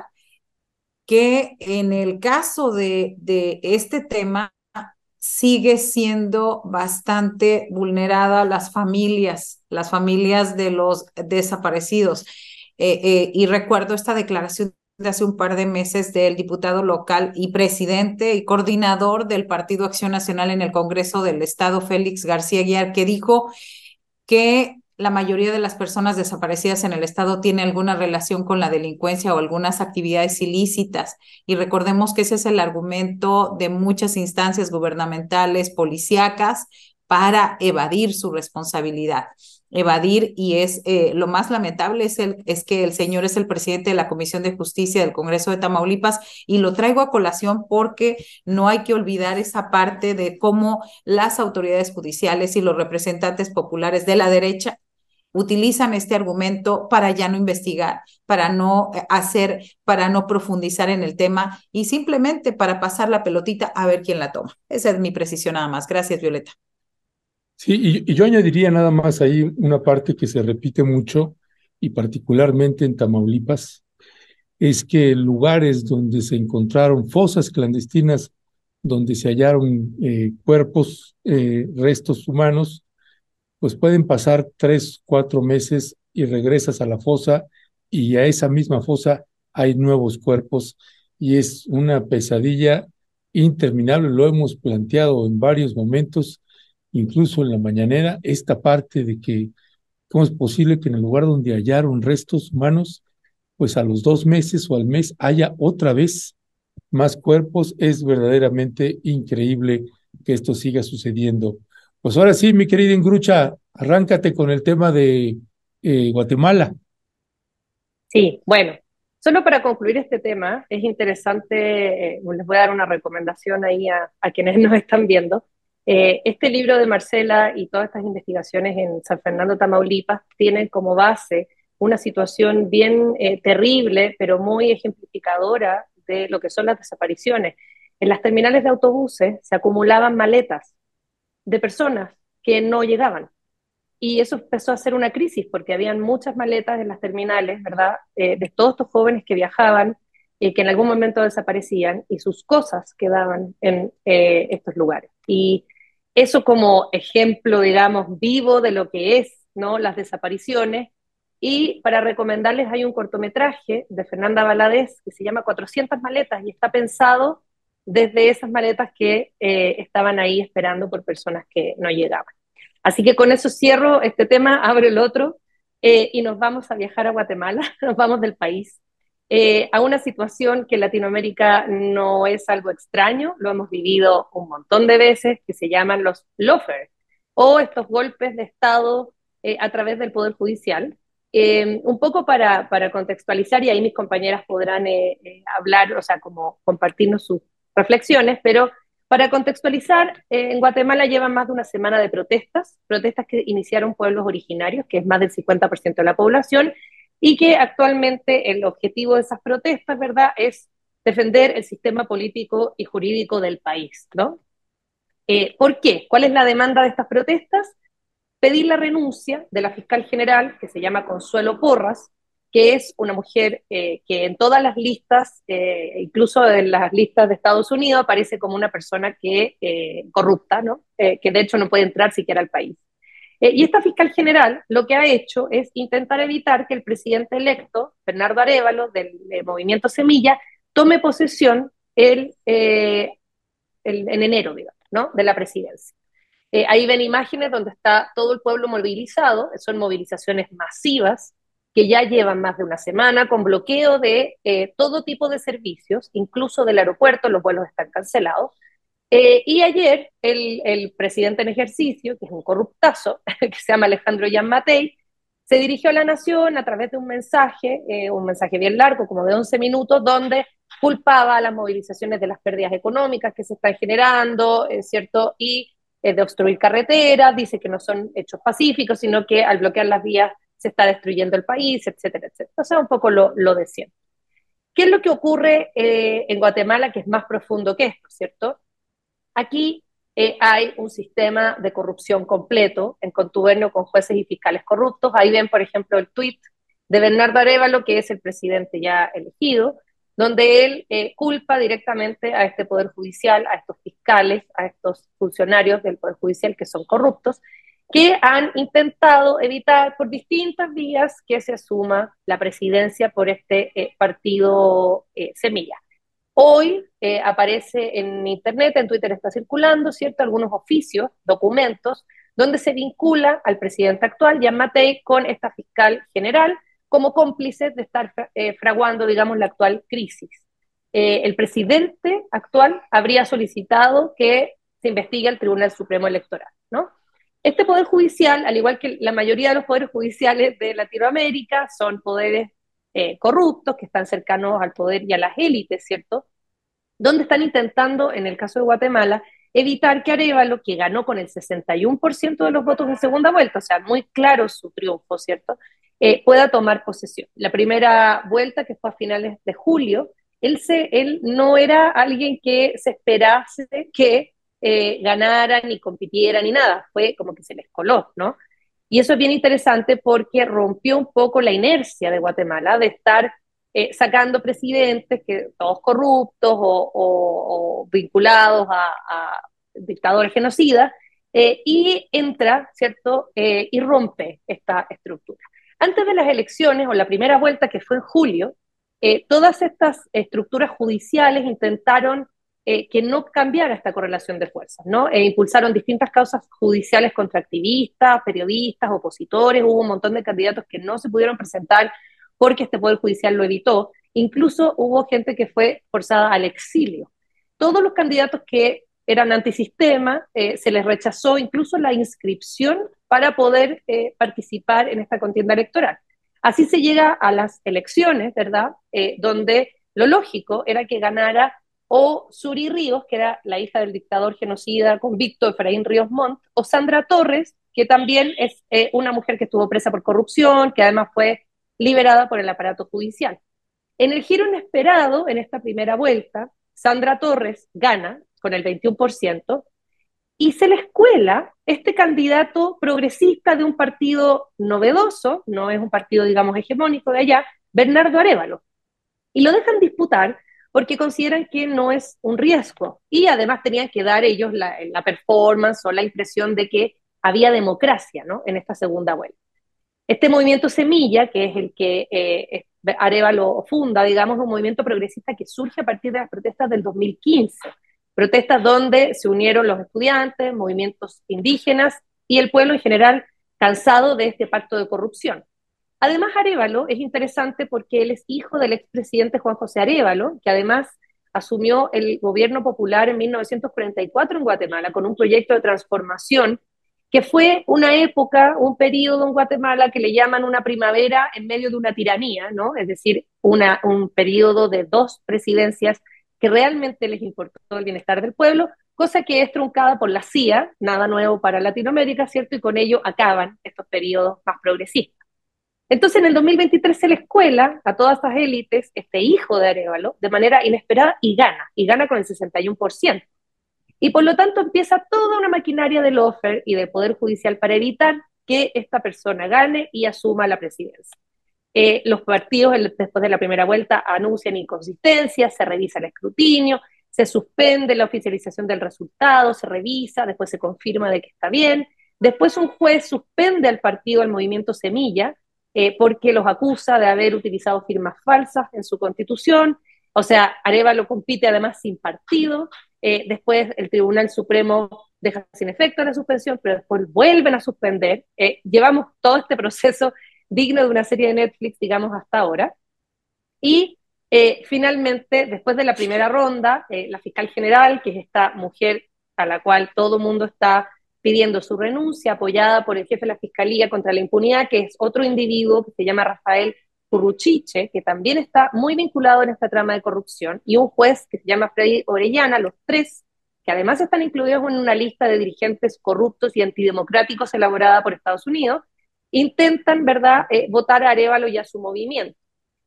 que en el caso de, de este tema sigue siendo bastante vulnerada las familias, las familias de los desaparecidos. Eh, eh, y recuerdo esta declaración de hace un par de meses del diputado local y presidente y coordinador del Partido Acción Nacional en el Congreso del Estado, Félix García Aguiar, que dijo que la mayoría de las personas desaparecidas en el estado tiene alguna relación con la delincuencia o algunas actividades ilícitas. Y recordemos que ese es el argumento de muchas instancias gubernamentales, policíacas, para evadir su responsabilidad. Evadir, y es eh, lo más lamentable es, el, es que el señor es el presidente de la Comisión de Justicia del Congreso de Tamaulipas, y lo traigo a colación porque no hay que olvidar esa parte de cómo las autoridades judiciales y los representantes populares de la derecha utilizan este argumento para ya no investigar, para no hacer, para no profundizar en el tema y simplemente para pasar la pelotita a ver quién la toma. Esa es mi precisión nada más. Gracias, Violeta. Sí, y, y yo añadiría nada más ahí una parte que se repite mucho, y particularmente en Tamaulipas, es que lugares donde se encontraron fosas clandestinas, donde se hallaron eh, cuerpos, eh, restos humanos, pues pueden pasar tres, cuatro meses y regresas a la fosa y a esa misma fosa hay nuevos cuerpos, y es una pesadilla interminable. Lo hemos planteado en varios momentos, incluso en la mañanera, esta parte de que cómo es posible que en el lugar donde hallaron restos humanos, pues a los dos meses o al mes haya otra vez más cuerpos. Es verdaderamente increíble que esto siga sucediendo. Pues ahora sí, mi querida Ingrucha, arráncate con el tema de eh, Guatemala. Sí, bueno, solo para concluir este tema, es interesante, eh, les voy a dar una recomendación ahí a, a quienes nos están viendo. Eh, este libro de Marcela y todas estas investigaciones en San Fernando, Tamaulipas, tienen como base una situación bien eh, terrible, pero muy ejemplificadora de lo que son las desapariciones. En las terminales de autobuses se acumulaban maletas de personas que no llegaban. Y eso empezó a ser una crisis, porque habían muchas maletas en las terminales, ¿verdad? Eh, de todos estos jóvenes que viajaban y eh, que en algún momento desaparecían, y sus cosas quedaban en eh, estos lugares. Y eso como ejemplo, digamos, vivo de lo que es, ¿no?, las desapariciones. Y para recomendarles, hay un cortometraje de Fernanda Valadez que se llama cuatrocientas maletas, y está pensado desde esas maletas que eh, estaban ahí esperando por personas que no llegaban. Así que con eso cierro este tema, abro el otro, eh, y nos vamos a viajar a Guatemala, nos vamos del país, eh, a una situación que en Latinoamérica no es algo extraño, lo hemos vivido un montón de veces, que se llaman los lawfare, o estos golpes de Estado eh, a través del Poder Judicial. Eh, un poco para, para contextualizar, y ahí mis compañeras podrán eh, eh, hablar, o sea, como compartirnos sus reflexiones, pero para contextualizar, eh, en Guatemala llevan más de una semana de protestas, protestas que iniciaron pueblos originarios, que es más del cincuenta por ciento de la población, y que actualmente el objetivo de esas protestas, ¿verdad?, es defender el sistema político y jurídico del país, ¿no? Eh, ¿Por qué? ¿Cuál es la demanda de estas protestas? Pedir la renuncia de la fiscal general, que se llama Consuelo Porras, que es una mujer eh, que en todas las listas, eh, incluso en las listas de Estados Unidos, aparece como una persona que eh, corrupta, ¿no? Eh, que de hecho no puede entrar siquiera al país. Eh, y esta fiscal general lo que ha hecho es intentar evitar que el presidente electo, Bernardo Arévalo, del, del Movimiento Semilla, tome posesión el, eh, el, en enero, digamos, ¿no?, de la presidencia. Eh, ahí ven imágenes donde está todo el pueblo movilizado, son movilizaciones masivas que ya llevan más de una semana con bloqueo de eh, todo tipo de servicios, incluso del aeropuerto, los vuelos están cancelados. Eh, y ayer el, el presidente en ejercicio, que es un corruptazo, que se llama Alejandro Giammattei, se dirigió a la nación a través de un mensaje, eh, un mensaje bien largo, como de once minutos, donde culpaba a las movilizaciones de las pérdidas económicas que se están generando, eh, ¿cierto?, y de obstruir carreteras, dice que no son hechos pacíficos, sino que al bloquear las vías se está destruyendo el país, etcétera, etcétera. O sea, un poco lo, lo de siempre. ¿Qué es lo que ocurre eh, en Guatemala, que es más profundo que esto, ¿cierto? Aquí eh, hay un sistema de corrupción completo, en contubernio con jueces y fiscales corruptos. Ahí ven, por ejemplo, el tuit de Bernardo Arévalo, que es el presidente ya elegido, donde él eh, culpa directamente a este Poder Judicial, a estos fiscales, a estos funcionarios del Poder Judicial que son corruptos, que han intentado evitar por distintas vías que se asuma la presidencia por este eh, partido eh, Semilla. Hoy eh, aparece en internet, en Twitter está circulando, ¿cierto?, algunos oficios, documentos, donde se vincula al presidente actual, Giammattei, con esta fiscal general, como cómplices de estar eh, fraguando, digamos, la actual crisis. Eh, el presidente actual habría solicitado que se investigue al Tribunal Supremo Electoral, ¿no? Este Poder Judicial, al igual que la mayoría de los poderes judiciales de Latinoamérica, son poderes eh, corruptos, que están cercanos al poder y a las élites, ¿cierto?, donde están intentando, en el caso de Guatemala, evitar que Arévalo, que ganó con el sesenta y uno por ciento de los votos en segunda vuelta, o sea, muy claro su triunfo, ¿cierto?, Eh, pueda tomar posesión. La primera vuelta, que fue a finales de julio, él, se, él no era alguien que se esperase que eh, ganara, ni compitiera, ni nada, fue como que se les coló, ¿no? Y eso es bien interesante porque rompió un poco la inercia de Guatemala de estar eh, sacando presidentes, que todos corruptos o, o, o vinculados a, a dictadores genocidas, eh, y entra, ¿cierto?, eh, y rompe esta estructura. Antes de las elecciones, o la primera vuelta, que fue en julio, eh, todas estas estructuras judiciales intentaron eh, que no cambiara esta correlación de fuerzas, ¿no? E impulsaron distintas causas judiciales contra activistas, periodistas, opositores. Hubo un montón de candidatos que no se pudieron presentar porque este Poder Judicial lo evitó. Incluso hubo gente que fue forzada al exilio. Todos los candidatos que eran antisistema, eh, se les rechazó incluso la inscripción para poder eh, participar en esta contienda electoral. Así se llega a las elecciones, ¿verdad?, eh, donde lo lógico era que ganara o Suri Ríos, que era la hija del dictador genocida convicto Efraín Ríos Montt, o Sandra Torres, que también es eh, una mujer que estuvo presa por corrupción, que además fue liberada por el aparato judicial. En el giro inesperado, en esta primera vuelta, Sandra Torres gana con el veintiuno por ciento y se le escuela este candidato progresista de un partido novedoso, no es un partido, digamos, hegemónico de allá, Bernardo Arévalo. Y lo dejan disputar porque consideran que no es un riesgo. Y además tenían que dar ellos la, la performance o la impresión de que había democracia, ¿no?, en esta segunda vuelta. Este movimiento Semilla, que es el que eh, Arévalo funda, digamos, un movimiento progresista que surge a partir de las protestas del dos mil quince, protestas donde se unieron los estudiantes, movimientos indígenas y el pueblo en general cansado de este pacto de corrupción. Además, Arévalo es interesante porque él es hijo del expresidente Juan José Arévalo, que además asumió el gobierno popular en mil novecientos cuarenta y cuatro en Guatemala con un proyecto de transformación que fue una época, un periodo en Guatemala que le llaman una primavera en medio de una tiranía, ¿no? Es decir, una, un periodo de dos presidencias que realmente les importó el bienestar del pueblo, cosa que es truncada por la C I A, nada nuevo para Latinoamérica, ¿cierto? Y con ello acaban estos periodos más progresistas. Entonces, en el dos mil veintitrés se le escuela a todas estas élites este hijo de Arévalo de manera inesperada y gana, y gana con el sesenta y uno por ciento. Y por lo tanto empieza toda una maquinaria de lawfare y de poder judicial para evitar que esta persona gane y asuma la presidencia. Eh, los partidos, después de la primera vuelta, anuncian inconsistencias, se revisa el escrutinio, se suspende la oficialización del resultado, se revisa, después se confirma de que está bien. Después un juez suspende al partido, al movimiento Semilla, eh, porque los acusa de haber utilizado firmas falsas en su constitución. O sea, Arévalo compite además sin partido. Eh, después el Tribunal Supremo deja sin efecto la suspensión, pero después vuelven a suspender. Eh, llevamos todo este proceso digno de una serie de Netflix, digamos, hasta ahora. Y eh, finalmente, después de la primera ronda, eh, la fiscal general, que es esta mujer a la cual todo el mundo está pidiendo su renuncia, apoyada por el jefe de la Fiscalía contra la Impunidad, que es otro individuo que se llama Rafael Curruchiche, que también está muy vinculado en esta trama de corrupción, y un juez que se llama Freddy Orellana, los tres, que además están incluidos en una lista de dirigentes corruptos y antidemocráticos elaborada por Estados Unidos, intentan, ¿verdad?, eh, votar a Arévalo y a su movimiento.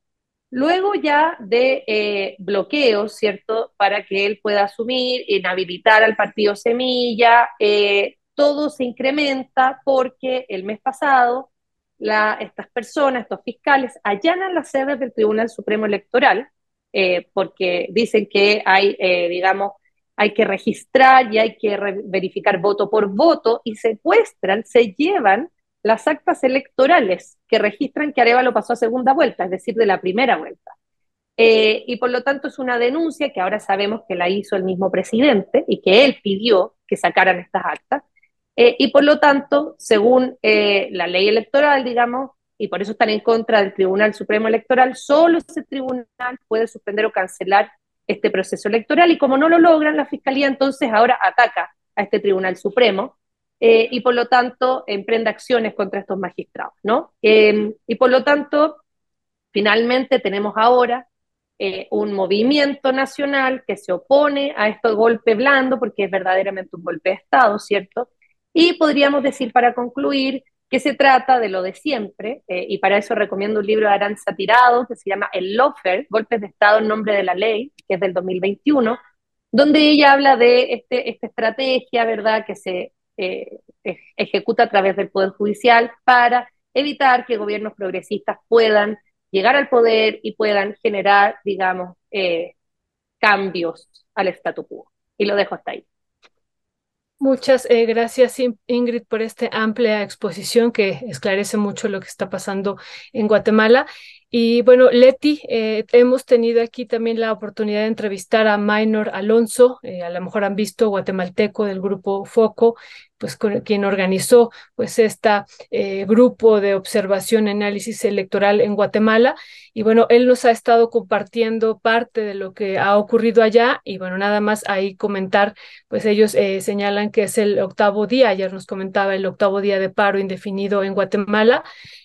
Luego ya de eh, bloqueos, ¿cierto?, para que él pueda asumir, inhabilitar al partido Semilla, eh, todo se incrementa porque el mes pasado la, estas personas, estos fiscales, allanan las sedes del Tribunal Supremo Electoral, eh, porque dicen que hay, eh, digamos, hay que registrar y hay que verificar voto por voto, y secuestran, se llevan las actas electorales que registran que Arévalo pasó a segunda vuelta, es decir, de la primera vuelta. Eh, y por lo tanto es una denuncia que ahora sabemos que la hizo el mismo presidente y que él pidió que sacaran estas actas. Eh, y por lo tanto, según eh, la ley electoral, digamos, y por eso están en contra del Tribunal Supremo Electoral, solo ese tribunal puede suspender o cancelar este proceso electoral, y como no lo logran, la Fiscalía entonces ahora ataca a este Tribunal Supremo, eh, y por lo tanto emprende acciones contra estos magistrados, ¿no? Eh, y por lo tanto, finalmente tenemos ahora eh, un movimiento nacional que se opone a este golpe blando, porque es verdaderamente un golpe de Estado, ¿cierto? Y podríamos decir, para concluir, que se trata de lo de siempre, eh, y para eso recomiendo un libro de Arantxa Tirado que se llama El Lawfare, Golpes de Estado en nombre de la ley, que es del dos mil veintiuno, donde ella habla de este, esta estrategia, ¿verdad?, que se eh, ejecuta a través del Poder Judicial para evitar que gobiernos progresistas puedan llegar al poder y puedan generar, digamos, eh, cambios al statu quo. Y lo dejo hasta ahí. Muchas eh, gracias, Ingrid, por esta amplia exposición que esclarece mucho lo que está pasando en Guatemala. Y bueno, Leti, eh, hemos tenido aquí también la oportunidad de entrevistar a Maynor Alonso, eh, a lo mejor han visto, guatemalteco del grupo Foco, pues con, quien organizó pues este eh, grupo de observación y análisis electoral en Guatemala. Y bueno, él nos ha estado compartiendo parte de lo que ha ocurrido allá, y bueno, nada más ahí comentar, pues ellos eh, señalan que es el octavo día, ayer nos comentaba el octavo día de paro indefinido en Guatemala,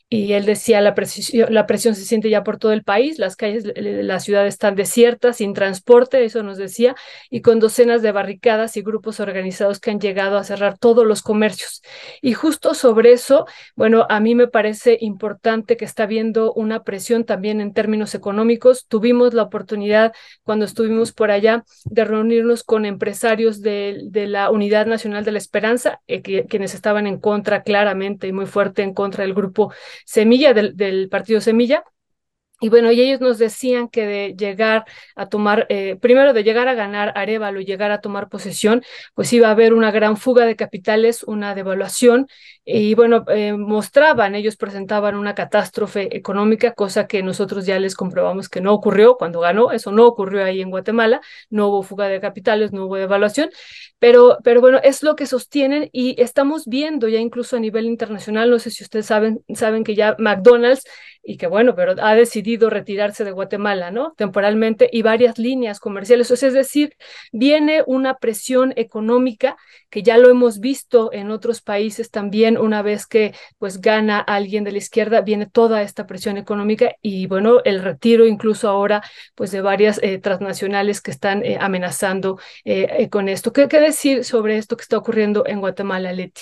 Y él decía, la presión, la presión se siente ya por todo el país, las calles de la ciudad están desiertas, sin transporte, eso nos decía, y con docenas de barricadas y grupos organizados que han llegado a cerrar todos los comercios. Y justo sobre eso, bueno, a mí me parece importante que está habiendo una presión también en términos económicos. Tuvimos la oportunidad, cuando estuvimos por allá, de reunirnos con empresarios de, de la Unidad Nacional de la Esperanza, eh, que, quienes estaban en contra, claramente y muy fuerte en contra del grupo Semilla, del, del partido Semilla. Y bueno, y ellos nos decían que de llegar a tomar, eh, primero de llegar a ganar Arévalo y llegar a tomar posesión, pues iba a haber una gran fuga de capitales, una devaluación, y bueno, eh, mostraban, ellos presentaban una catástrofe económica, cosa que nosotros ya les comprobamos que no ocurrió cuando ganó, eso no ocurrió ahí en Guatemala, no hubo fuga de capitales, no hubo devaluación, pero, pero bueno, es lo que sostienen y estamos viendo ya incluso a nivel internacional, no sé si ustedes saben, saben que ya McDonald's, y que bueno, pero ha decidido retirarse de Guatemala, ¿no? Temporalmente y varias líneas comerciales. O sea, es decir, viene una presión económica que ya lo hemos visto en otros países también, una vez que pues gana alguien de la izquierda, viene toda esta presión económica y bueno, el retiro incluso ahora pues de varias eh, transnacionales que están eh, amenazando eh, eh, con esto. ¿Qué, ¿Qué decir sobre esto que está ocurriendo en Guatemala, Leti?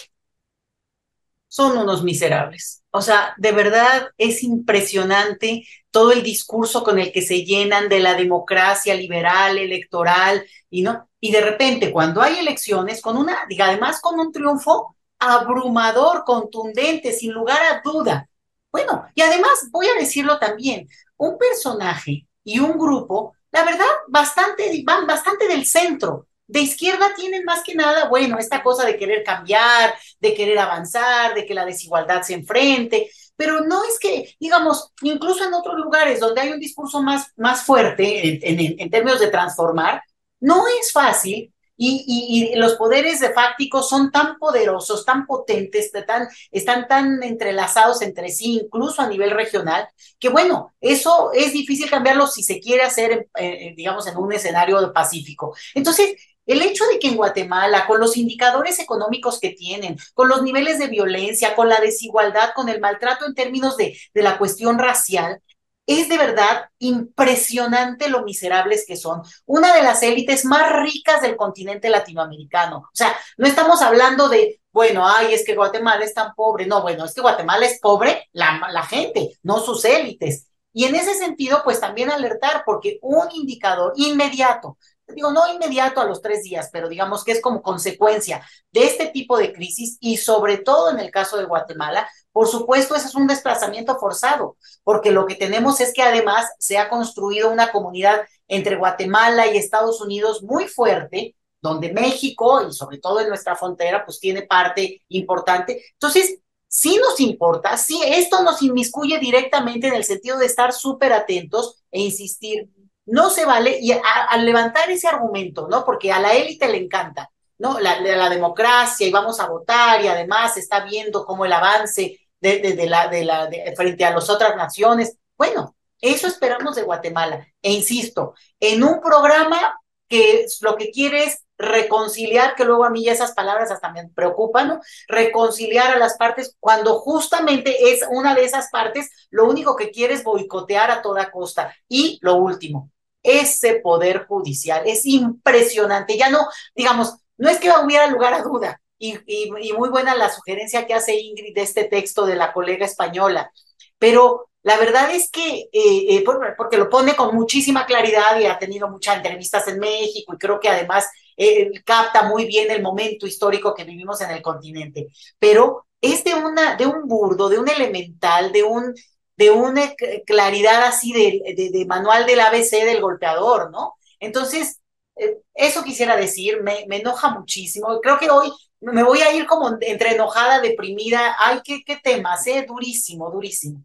Son unos miserables. O sea, de verdad es impresionante todo el discurso con el que se llenan de la democracia liberal, electoral, y no, y de repente cuando hay elecciones, con una, diga, además con un triunfo abrumador, contundente, sin lugar a duda. Bueno, y además voy a decirlo también, un personaje y un grupo, la verdad, bastante, van bastante del centro. De izquierda tienen más que nada, bueno, esta cosa de querer cambiar, de querer avanzar, de que la desigualdad se enfrente, pero no es que, digamos, incluso en otros lugares donde hay un discurso más, más fuerte en, en, en términos de transformar, no es fácil y, y, y los poderes de fácticos son tan poderosos, tan potentes, tan, están tan entrelazados entre sí, incluso a nivel regional, que bueno, eso es difícil cambiarlo si se quiere hacer, eh, digamos, en un escenario pacífico. Entonces, el hecho de que en Guatemala, con los indicadores económicos que tienen, con los niveles de violencia, con la desigualdad, con el maltrato en términos de, de la cuestión racial, es de verdad impresionante lo miserables que son. Una de las élites más ricas del continente latinoamericano. O sea, no estamos hablando de, bueno, ay, es que Guatemala es tan pobre. No, bueno, es que Guatemala es pobre la, la gente, no sus élites. Y en ese sentido, pues también alertar, porque un indicador inmediato, digo, no inmediato a los tres días, pero digamos que es como consecuencia de este tipo de crisis y sobre todo en el caso de Guatemala, por supuesto, ese es un desplazamiento forzado, porque lo que tenemos es que además se ha construido una comunidad entre Guatemala y Estados Unidos muy fuerte, donde México, y sobre todo en nuestra frontera, pues tiene parte importante. Entonces, sí nos importa, sí, esto nos inmiscuye directamente en el sentido de estar súper atentos e insistir. No se vale, y al levantar ese argumento, ¿no? Porque a la élite le encanta, ¿no? La, la democracia y vamos a votar y además se está viendo cómo el avance de, de, de la, de la, de, frente a las otras naciones. Bueno, eso esperamos de Guatemala. E insisto, en un programa que lo que quiere es reconciliar, que luego a mí ya esas palabras hasta me preocupan, ¿no? Reconciliar a las partes cuando justamente es una de esas partes, lo único que quiere es boicotear a toda costa. Y lo último, ese poder judicial es impresionante. Ya no, digamos, no es que hubiera lugar a duda, y, y, y muy buena la sugerencia que hace Ingrid de este texto de la colega española, pero la verdad es que, eh, eh, porque lo pone con muchísima claridad y ha tenido muchas entrevistas en México y creo que además eh, capta muy bien el momento histórico que vivimos en el continente, pero es de, una, de un burdo, de un elemental, de, un, de una claridad así de, de, de manual del A B C del golpeador, ¿no? Entonces, eh, eso quisiera decir, me, me enoja muchísimo, creo que hoy me voy a ir como entre enojada, deprimida, ay, qué, qué temas, eh, durísimo, durísimo.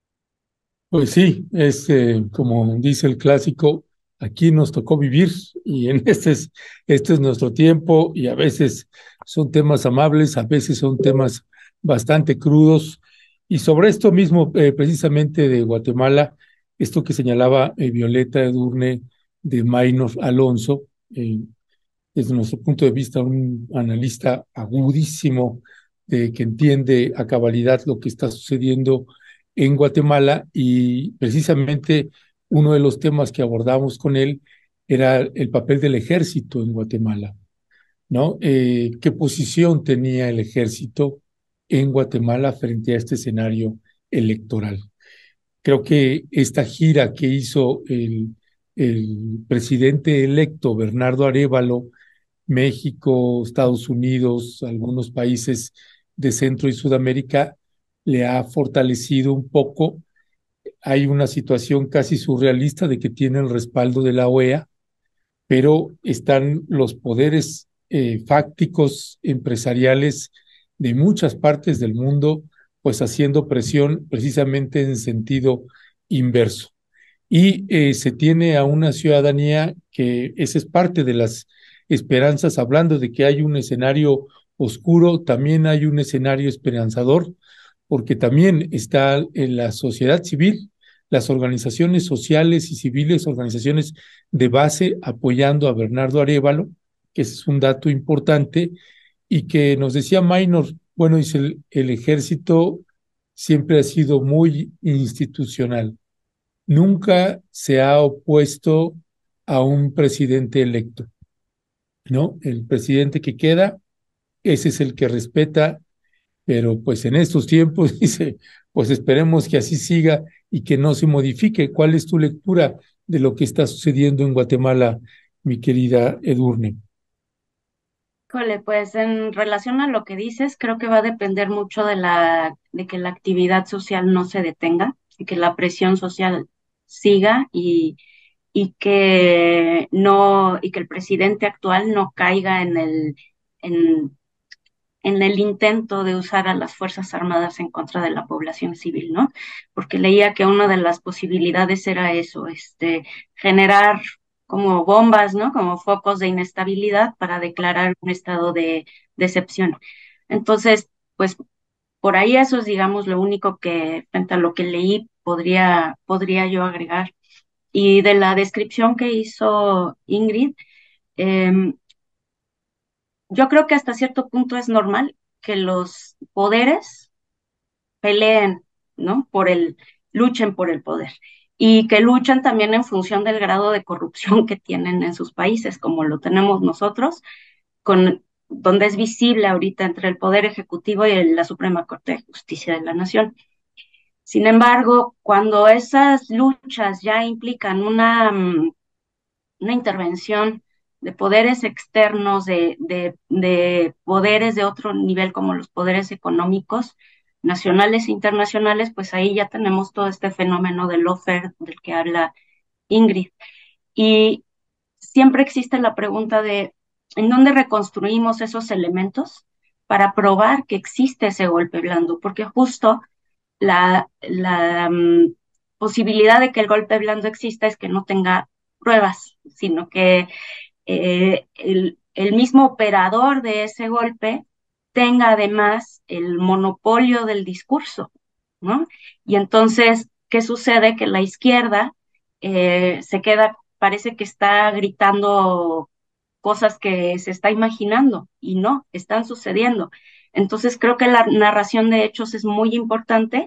Pues sí, es eh, como dice el clásico, aquí nos tocó vivir y en este es, este es nuestro tiempo y a veces son temas amables, a veces son temas bastante crudos. Y sobre esto mismo, eh, precisamente de Guatemala, esto que señalaba eh, Violeta Edurne de Maynor Alonso, eh, desde nuestro punto de vista, un analista agudísimo, eh, que entiende a cabalidad lo que está sucediendo en Guatemala y precisamente uno de los temas que abordamos con él era el papel del ejército en Guatemala, ¿no? Eh, ¿qué posición tenía el ejército en Guatemala frente a este escenario electoral? Creo que esta gira que hizo el, el presidente electo Bernardo Arévalo, México, Estados Unidos, algunos países de Centro y Sudamérica, le ha fortalecido un poco. Hay una situación casi surrealista de que tiene el respaldo de la O E A, pero están los poderes eh, fácticos empresariales de muchas partes del mundo, pues haciendo presión precisamente en sentido inverso. Y eh, se tiene a una ciudadanía que esa es parte de las esperanzas, hablando de que hay un escenario oscuro, también hay un escenario esperanzador, porque también está en la sociedad civil, las organizaciones sociales y civiles, organizaciones de base apoyando a Bernardo Arévalo, que ese es un dato importante, y que nos decía Maynor, bueno, dice, el, el ejército siempre ha sido muy institucional, nunca se ha opuesto a un presidente electo, ¿no? El presidente que queda, ese es el que respeta, pero pues en estos tiempos dice, pues esperemos que así siga y que no se modifique. ¿Cuál es tu lectura de lo que está sucediendo en Guatemala, mi querida Edurne? Híjole, pues en relación a lo que dices, creo que va a depender mucho de la, de que la actividad social no se detenga y que la presión social siga y, y que no, y que el presidente actual no caiga en el, en, en el intento de usar a las Fuerzas Armadas en contra de la población civil, ¿no? Porque leía que una de las posibilidades era eso, este, generar como bombas, ¿no? Como focos de inestabilidad para declarar un estado de, de excepción. Entonces, pues por ahí eso es, digamos, lo único que, frente a lo que leí, podría, podría yo agregar. Y de la descripción que hizo Ingrid, eh, yo creo que hasta cierto punto es normal que los poderes peleen, ¿no? Por el, luchen por el poder y que luchan también en función del grado de corrupción que tienen en sus países, como lo tenemos nosotros, con, donde es visible ahorita entre el Poder Ejecutivo y el, la Suprema Corte de Justicia de la Nación. Sin embargo, cuando esas luchas ya implican una, una intervención de poderes externos, de, de, de poderes de otro nivel como los poderes económicos, nacionales e internacionales, pues ahí ya tenemos todo este fenómeno del lawfare del que habla Ingrid. Y siempre existe la pregunta de ¿en dónde reconstruimos esos elementos para probar que existe ese golpe blando? Porque justo la, la um, posibilidad de que el golpe blando exista es que no tenga pruebas, sino que eh, el, el mismo operador de ese golpe tenga además el monopolio del discurso, ¿no? Y entonces, ¿qué sucede? Que la izquierda eh, se queda, parece que está gritando cosas que se está imaginando y no, están sucediendo. Entonces, creo que la narración de hechos es muy importante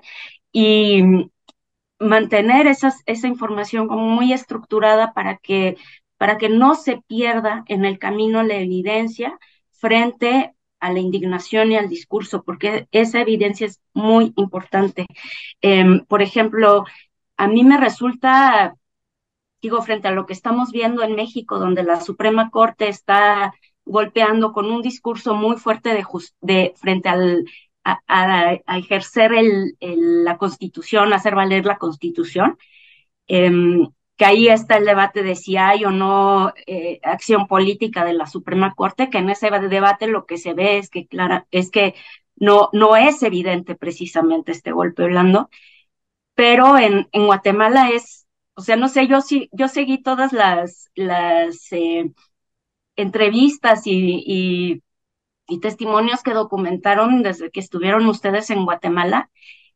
y mantener esas, esa información como muy estructurada para que, para que no se pierda en el camino la evidencia frente a la indignación y al discurso, porque esa evidencia es muy importante. Eh, por ejemplo, a mí me resulta, digo, frente a lo que estamos viendo en México, donde la Suprema Corte está golpeando con un discurso muy fuerte de, just, de frente al A, a, a ejercer el, el, la Constitución, hacer valer la Constitución, eh, que ahí está el debate de si hay o no eh, acción política de la Suprema Corte, que en ese debate lo que se ve es que, clara, es que no, no es evidente precisamente este golpe blando, pero en, en Guatemala es, o sea, no sé, yo sí, yo seguí todas las, las eh, entrevistas y, y y testimonios que documentaron desde que estuvieron ustedes en Guatemala,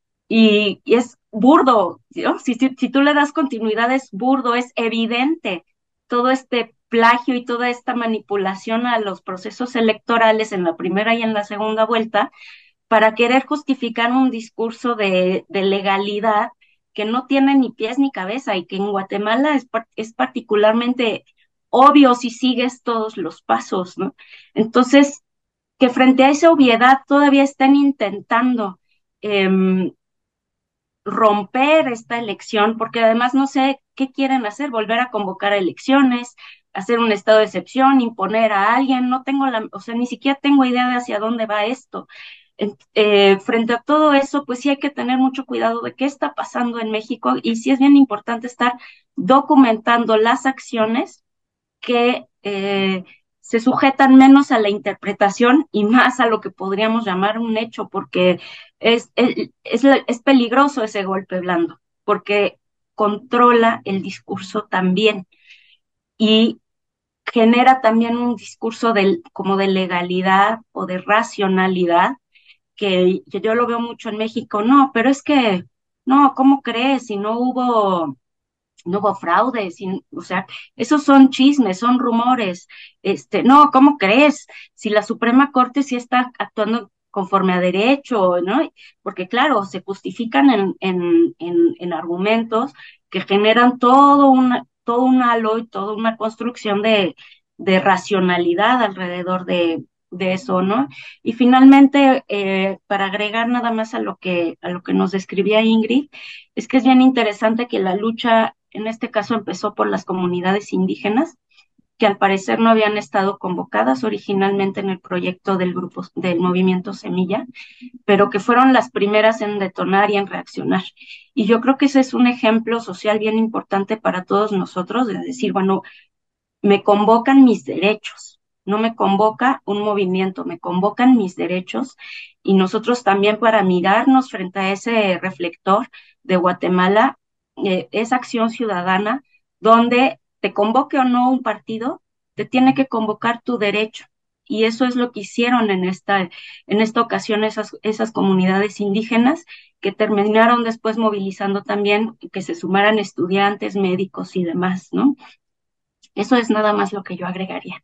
y, y es burdo, ¿no? Si, si, si tú le das continuidad es burdo, es evidente todo este plagio y toda esta manipulación a los procesos electorales en la primera y en la segunda vuelta, para querer justificar un discurso de, de legalidad que no tiene ni pies ni cabeza y que en Guatemala es, es particularmente obvio si sigues todos los pasos, ¿no? Entonces, que frente a esa obviedad todavía están intentando eh, romper esta elección, porque además no sé qué quieren hacer, volver a convocar a elecciones, hacer un estado de excepción, imponer a alguien, no tengo la, o sea, ni siquiera tengo idea de hacia dónde va esto. Eh, frente a todo eso, pues sí hay que tener mucho cuidado de qué está pasando en México y sí es bien importante estar documentando las acciones que eh, se sujetan menos a la interpretación y más a lo que podríamos llamar un hecho, porque es, es, es, es peligroso ese golpe blando, porque controla el discurso también y genera también un discurso de, como de legalidad o de racionalidad, que yo lo veo mucho en México. No, pero es que, no, ¿cómo crees? Si no hubo no hubo fraude, sin, o sea, esos son chismes, son rumores. Este, no, ¿cómo crees? Si la Suprema Corte sí está actuando conforme a derecho, ¿no? Porque claro, se justifican en, en, en, en argumentos que generan todo una, todo un halo y toda una construcción de, de racionalidad alrededor de, de eso, ¿no? Y finalmente, eh, para agregar nada más a lo que, a lo que nos describía Ingrid, es que es bien interesante que la lucha en este caso empezó por las comunidades indígenas, que al parecer no habían estado convocadas originalmente en el proyecto del grupo del movimiento Semilla, pero que fueron las primeras en detonar y en reaccionar. Y yo creo que ese es un ejemplo social bien importante para todos nosotros, de decir, bueno, me convocan mis derechos, no me convoca un movimiento, me convocan mis derechos, y nosotros también para mirarnos frente a ese reflector de Guatemala, eh, esa acción ciudadana, donde te convoque o no un partido, te tiene que convocar tu derecho. Y eso es lo que hicieron en esta, en esta ocasión esas, esas comunidades indígenas, que terminaron después movilizando también que se sumaran estudiantes, médicos y demás, ¿no? Eso es nada más lo que yo agregaría.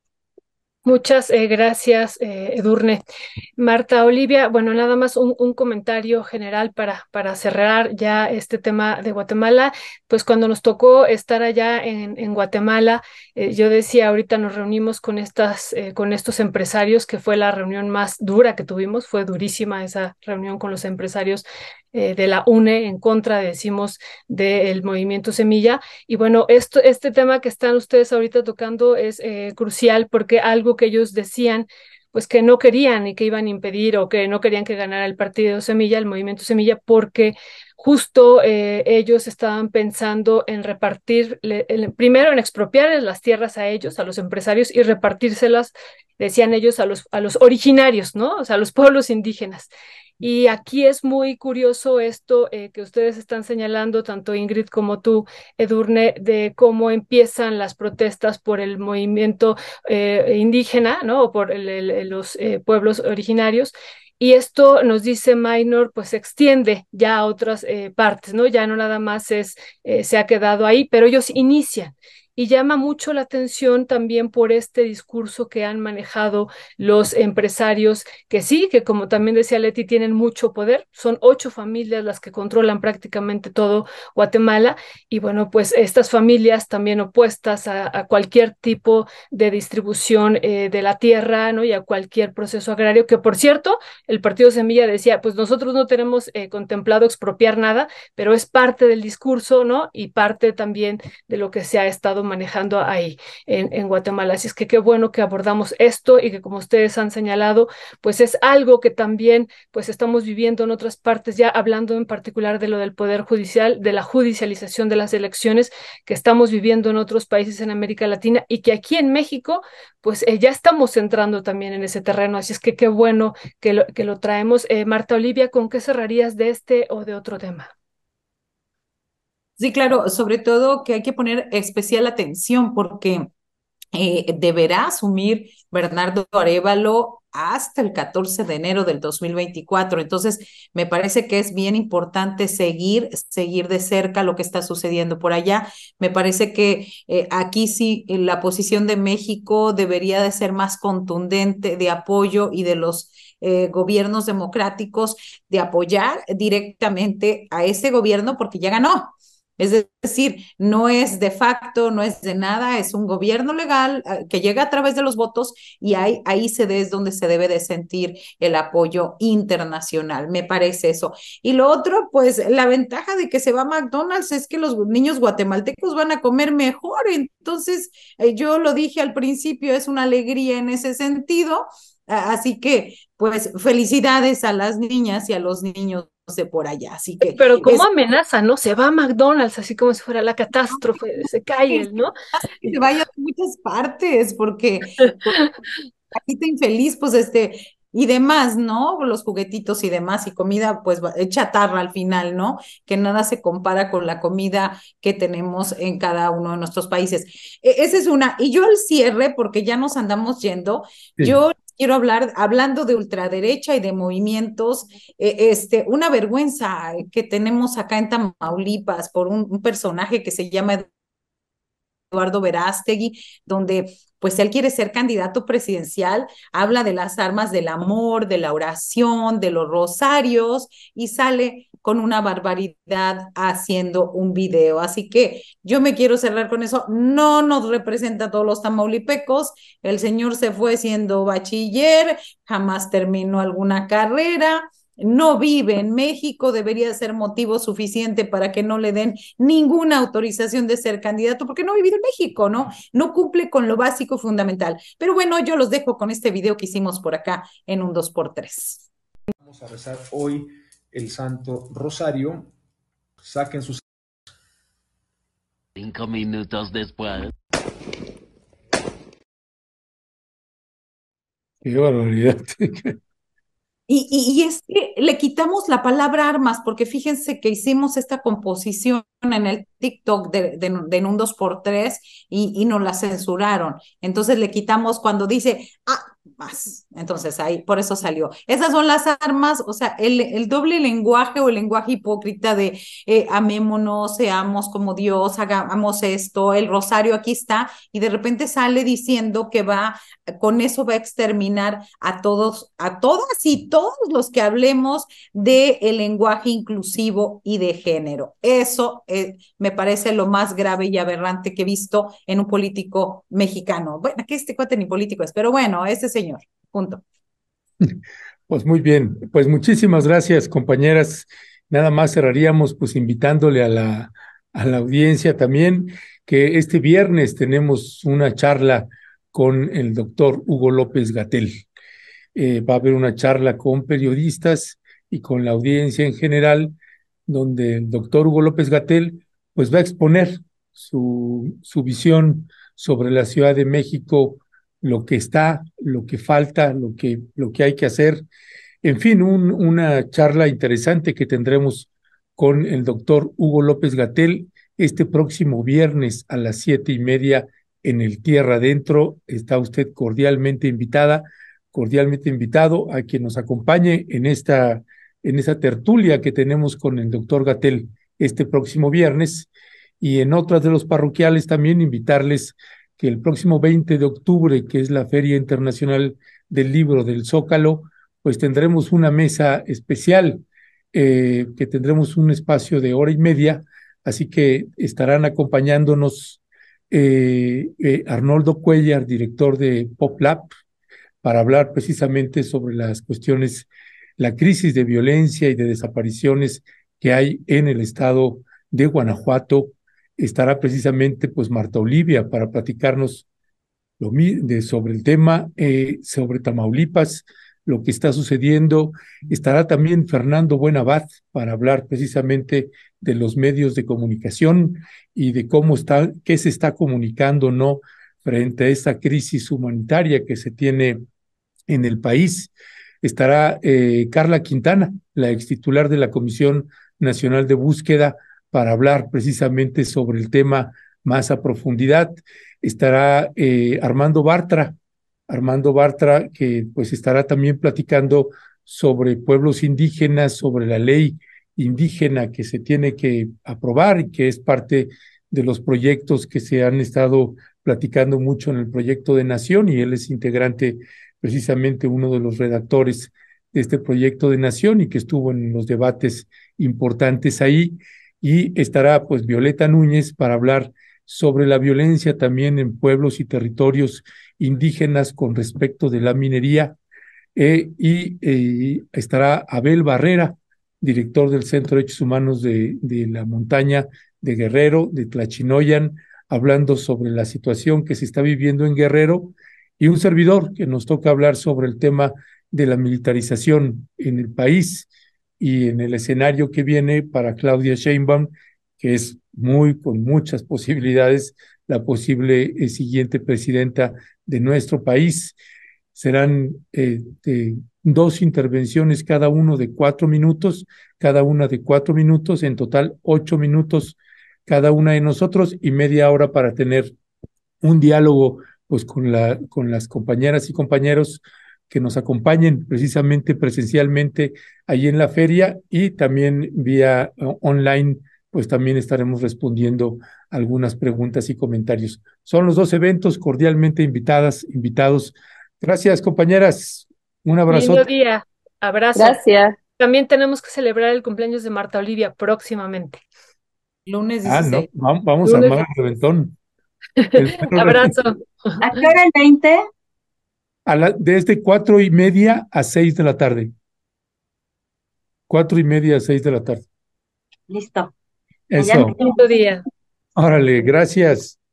Muchas eh, gracias, eh, Edurne. Marta Olivia, bueno, nada más un, un comentario general para, para cerrar ya este tema de Guatemala. Pues cuando nos tocó estar allá en, en Guatemala, eh, yo decía, ahorita nos reunimos con, estas, eh, con estos empresarios, que fue la reunión más dura que tuvimos, fue durísima esa reunión con los empresarios eh, de la U N E en contra, decimos, del movimiento Semilla. Y bueno, esto, este tema que están ustedes ahorita tocando es eh, crucial, porque algo que ellos decían, pues que no querían y que iban a impedir o que no querían que ganara el partido Semilla, el movimiento Semilla, porque justo eh, ellos estaban pensando en repartir, le, el, primero en expropiarles las tierras a ellos, a los empresarios, y repartírselas, decían ellos, a los, a los originarios, ¿no? O sea, a los pueblos indígenas. Y aquí es muy curioso esto eh, que ustedes están señalando, tanto Ingrid como tú, Edurne, de cómo empiezan las protestas por el movimiento eh, indígena, ¿no? O por el, el, los eh, pueblos originarios. Y esto nos dice Minor, pues se extiende ya a otras eh, partes, ¿no? Ya no nada más es, eh, se ha quedado ahí, pero ellos inician. Y llama mucho la atención también por este discurso que han manejado los empresarios, que sí, que como también decía Leti, tienen mucho poder. Son ocho familias las que controlan prácticamente todo Guatemala. Y bueno, pues estas familias también opuestas a, a cualquier tipo de distribución eh, de la tierra, ¿no? Y a cualquier proceso agrario, que por cierto, el Partido Semilla decía, pues nosotros no tenemos eh, contemplado expropiar nada, pero es parte del discurso, ¿no? Y parte también de lo que se ha estado manejando ahí en, en Guatemala. Así es que qué bueno que abordamos esto y que, como ustedes han señalado, pues es algo que también pues estamos viviendo en otras partes, ya hablando en particular de lo del Poder Judicial, de la judicialización de las elecciones que estamos viviendo en otros países en América Latina, y que aquí en México pues eh, ya estamos entrando también en ese terreno. Así es que qué bueno que lo, que lo traemos. Eh, Marta Olivia, ¿con qué cerrarías de este o de otro tema? Sí, claro, sobre todo que hay que poner especial atención porque eh, deberá asumir Bernardo Arévalo hasta el catorce de enero del dos mil veinticuatro. Entonces, me parece que es bien importante seguir, seguir de cerca lo que está sucediendo por allá. Me parece que eh, aquí sí la posición de México debería de ser más contundente de apoyo y de los eh, gobiernos democráticos de apoyar directamente a ese gobierno porque ya ganó. Es decir, no es de facto, no es de nada, es un gobierno legal uh, que llega a través de los votos y ahí, ahí se de, es donde se debe de sentir el apoyo internacional, me parece eso. Y lo otro, pues la ventaja de que se va a McDonald's es que los niños guatemaltecos van a comer mejor, entonces eh, yo lo dije al principio, es una alegría en ese sentido, uh, así que pues felicidades a las niñas y a los niños de por allá, así que Pero como es amenaza, ¿no? Se va a McDonald's, así como si fuera la catástrofe, se cae, ¿no? que se vaya a muchas partes, porque, porque aquí te infeliz, pues este, y demás, ¿no? Los juguetitos y demás, y comida, pues chatarra al final, ¿no? Que nada se compara con la comida que tenemos en cada uno de nuestros países. E esa es una. Y yo al cierre, porque ya nos andamos yendo, Sí. yo quiero hablar, hablando de ultraderecha y de movimientos, eh, este, una vergüenza que tenemos acá en Tamaulipas por un, un personaje que se llama Eduardo Verástegui, donde pues él quiere ser candidato presidencial, habla de las armas del amor, de la oración, de los rosarios y sale con una barbaridad haciendo un video. Así que yo me quiero cerrar con eso. No nos representa a todos los tamaulipecos. El señor se fue siendo bachiller, jamás terminó alguna carrera. No vive en México, debería ser motivo suficiente para que no le den ninguna autorización de ser candidato, porque no ha vivido en México, ¿no? No cumple con lo básico y fundamental. Pero bueno, yo los dejo con este video que hicimos por acá en un dos por tres. Vamos a rezar hoy el Santo Rosario. Saquen sus... Cinco minutos después. Qué barbaridad. Y, y, y es que le quitamos la palabra armas, porque fíjense que hicimos esta composición en el TikTok de, de, de en un dos por tres y, y nos la censuraron. Entonces le quitamos cuando dice, ah, más. Entonces ahí, por eso salió. Esas son las armas, o sea, el, el doble lenguaje o el lenguaje hipócrita de eh, amémonos, seamos como Dios, hagamos esto, el rosario aquí está, y de repente sale diciendo que va, con eso va a exterminar a todos, a todas y todos los que hablemos de el lenguaje inclusivo y de género. Eso eh, me parece lo más grave y aberrante que he visto en un político mexicano. Bueno, que este cuate ni político es, pero bueno, ese señor, punto. Pues muy bien, pues muchísimas gracias, compañeras. Nada más cerraríamos pues invitándole a la, a la audiencia también que este viernes tenemos una charla con el doctor Hugo López-Gatell. Eh, va a haber una charla con periodistas y con la audiencia en general, donde el doctor Hugo López-Gatell pues va a exponer su, su visión sobre la Ciudad de México, lo que está, lo que falta, lo que, lo que hay que hacer. En fin, un, una charla interesante que tendremos con el doctor Hugo López-Gatell este próximo viernes a las siete y media en el Tierra Adentro. Está usted cordialmente invitada, cordialmente invitado a quien nos acompañe en esta, en esta tertulia que tenemos con el doctor Gatell este próximo viernes. Y en otras de los parroquiales también invitarles que el próximo veinte de octubre, que es la Feria Internacional del Libro del Zócalo, pues tendremos una mesa especial, eh, que tendremos un espacio de hora y media, así que estarán acompañándonos eh, eh, Arnoldo Cuellar, director de PopLab, para hablar precisamente sobre las cuestiones, la crisis de violencia y de desapariciones que hay en el estado de Guanajuato. Estará precisamente pues Marta Olivia para platicarnos lo, de, sobre el tema, eh, sobre Tamaulipas, lo que está sucediendo. Estará también Fernando Buenabad para hablar precisamente de los medios de comunicación y de cómo está, qué se está comunicando, ¿no?, frente a esta crisis humanitaria que se tiene en el país. Estará eh, Carla Quintana, la ex titular de la Comisión Nacional de Búsqueda, para hablar precisamente sobre el tema más a profundidad. Estará eh, Armando Bartra, Armando Bartra, que pues estará también platicando sobre pueblos indígenas, sobre la ley indígena que se tiene que aprobar y que es parte de los proyectos que se han estado platicando mucho en el proyecto de Nación, y él es integrante, precisamente uno de los redactores de este proyecto de Nación y que estuvo en los debates importantes ahí. Y estará pues Violeta Núñez para hablar sobre la violencia también en pueblos y territorios indígenas con respecto de la minería. Eh, y eh, estará Abel Barrera, director del Centro de Derechos Humanos de, de la Montaña de Guerrero, de Tlachinoyan, hablando sobre la situación que se está viviendo en Guerrero, y un servidor que nos toca hablar sobre el tema de la militarización en el país y en el escenario que viene para Claudia Sheinbaum, que es muy, con muchas posibilidades, la posible eh, siguiente presidenta de nuestro país. Serán eh, de dos intervenciones, cada uno de cuatro minutos, cada una de cuatro minutos, en total ocho minutos cada una de nosotros, y media hora para tener un diálogo pues con, la, con las compañeras y compañeros que nos acompañen precisamente presencialmente ahí en la feria, y también vía uh, online, pues también estaremos respondiendo algunas preguntas y comentarios. Son los dos eventos, cordialmente invitadas, invitados. Gracias, compañeras. Un abrazo. Lindo día. Abrazo. Gracias. También tenemos que celebrar el cumpleaños de Marta Olivia próximamente. Lunes Ah, no, dieciséis. va- vamos a Lunes armar el reventón. El mero Abrazo. ¿A qué hora el veinte? A la, desde cuatro y media a seis de la tarde. Cuatro y media a seis de la tarde. Listo. Eso. Ya nos vemos. Lindo día. Órale, gracias.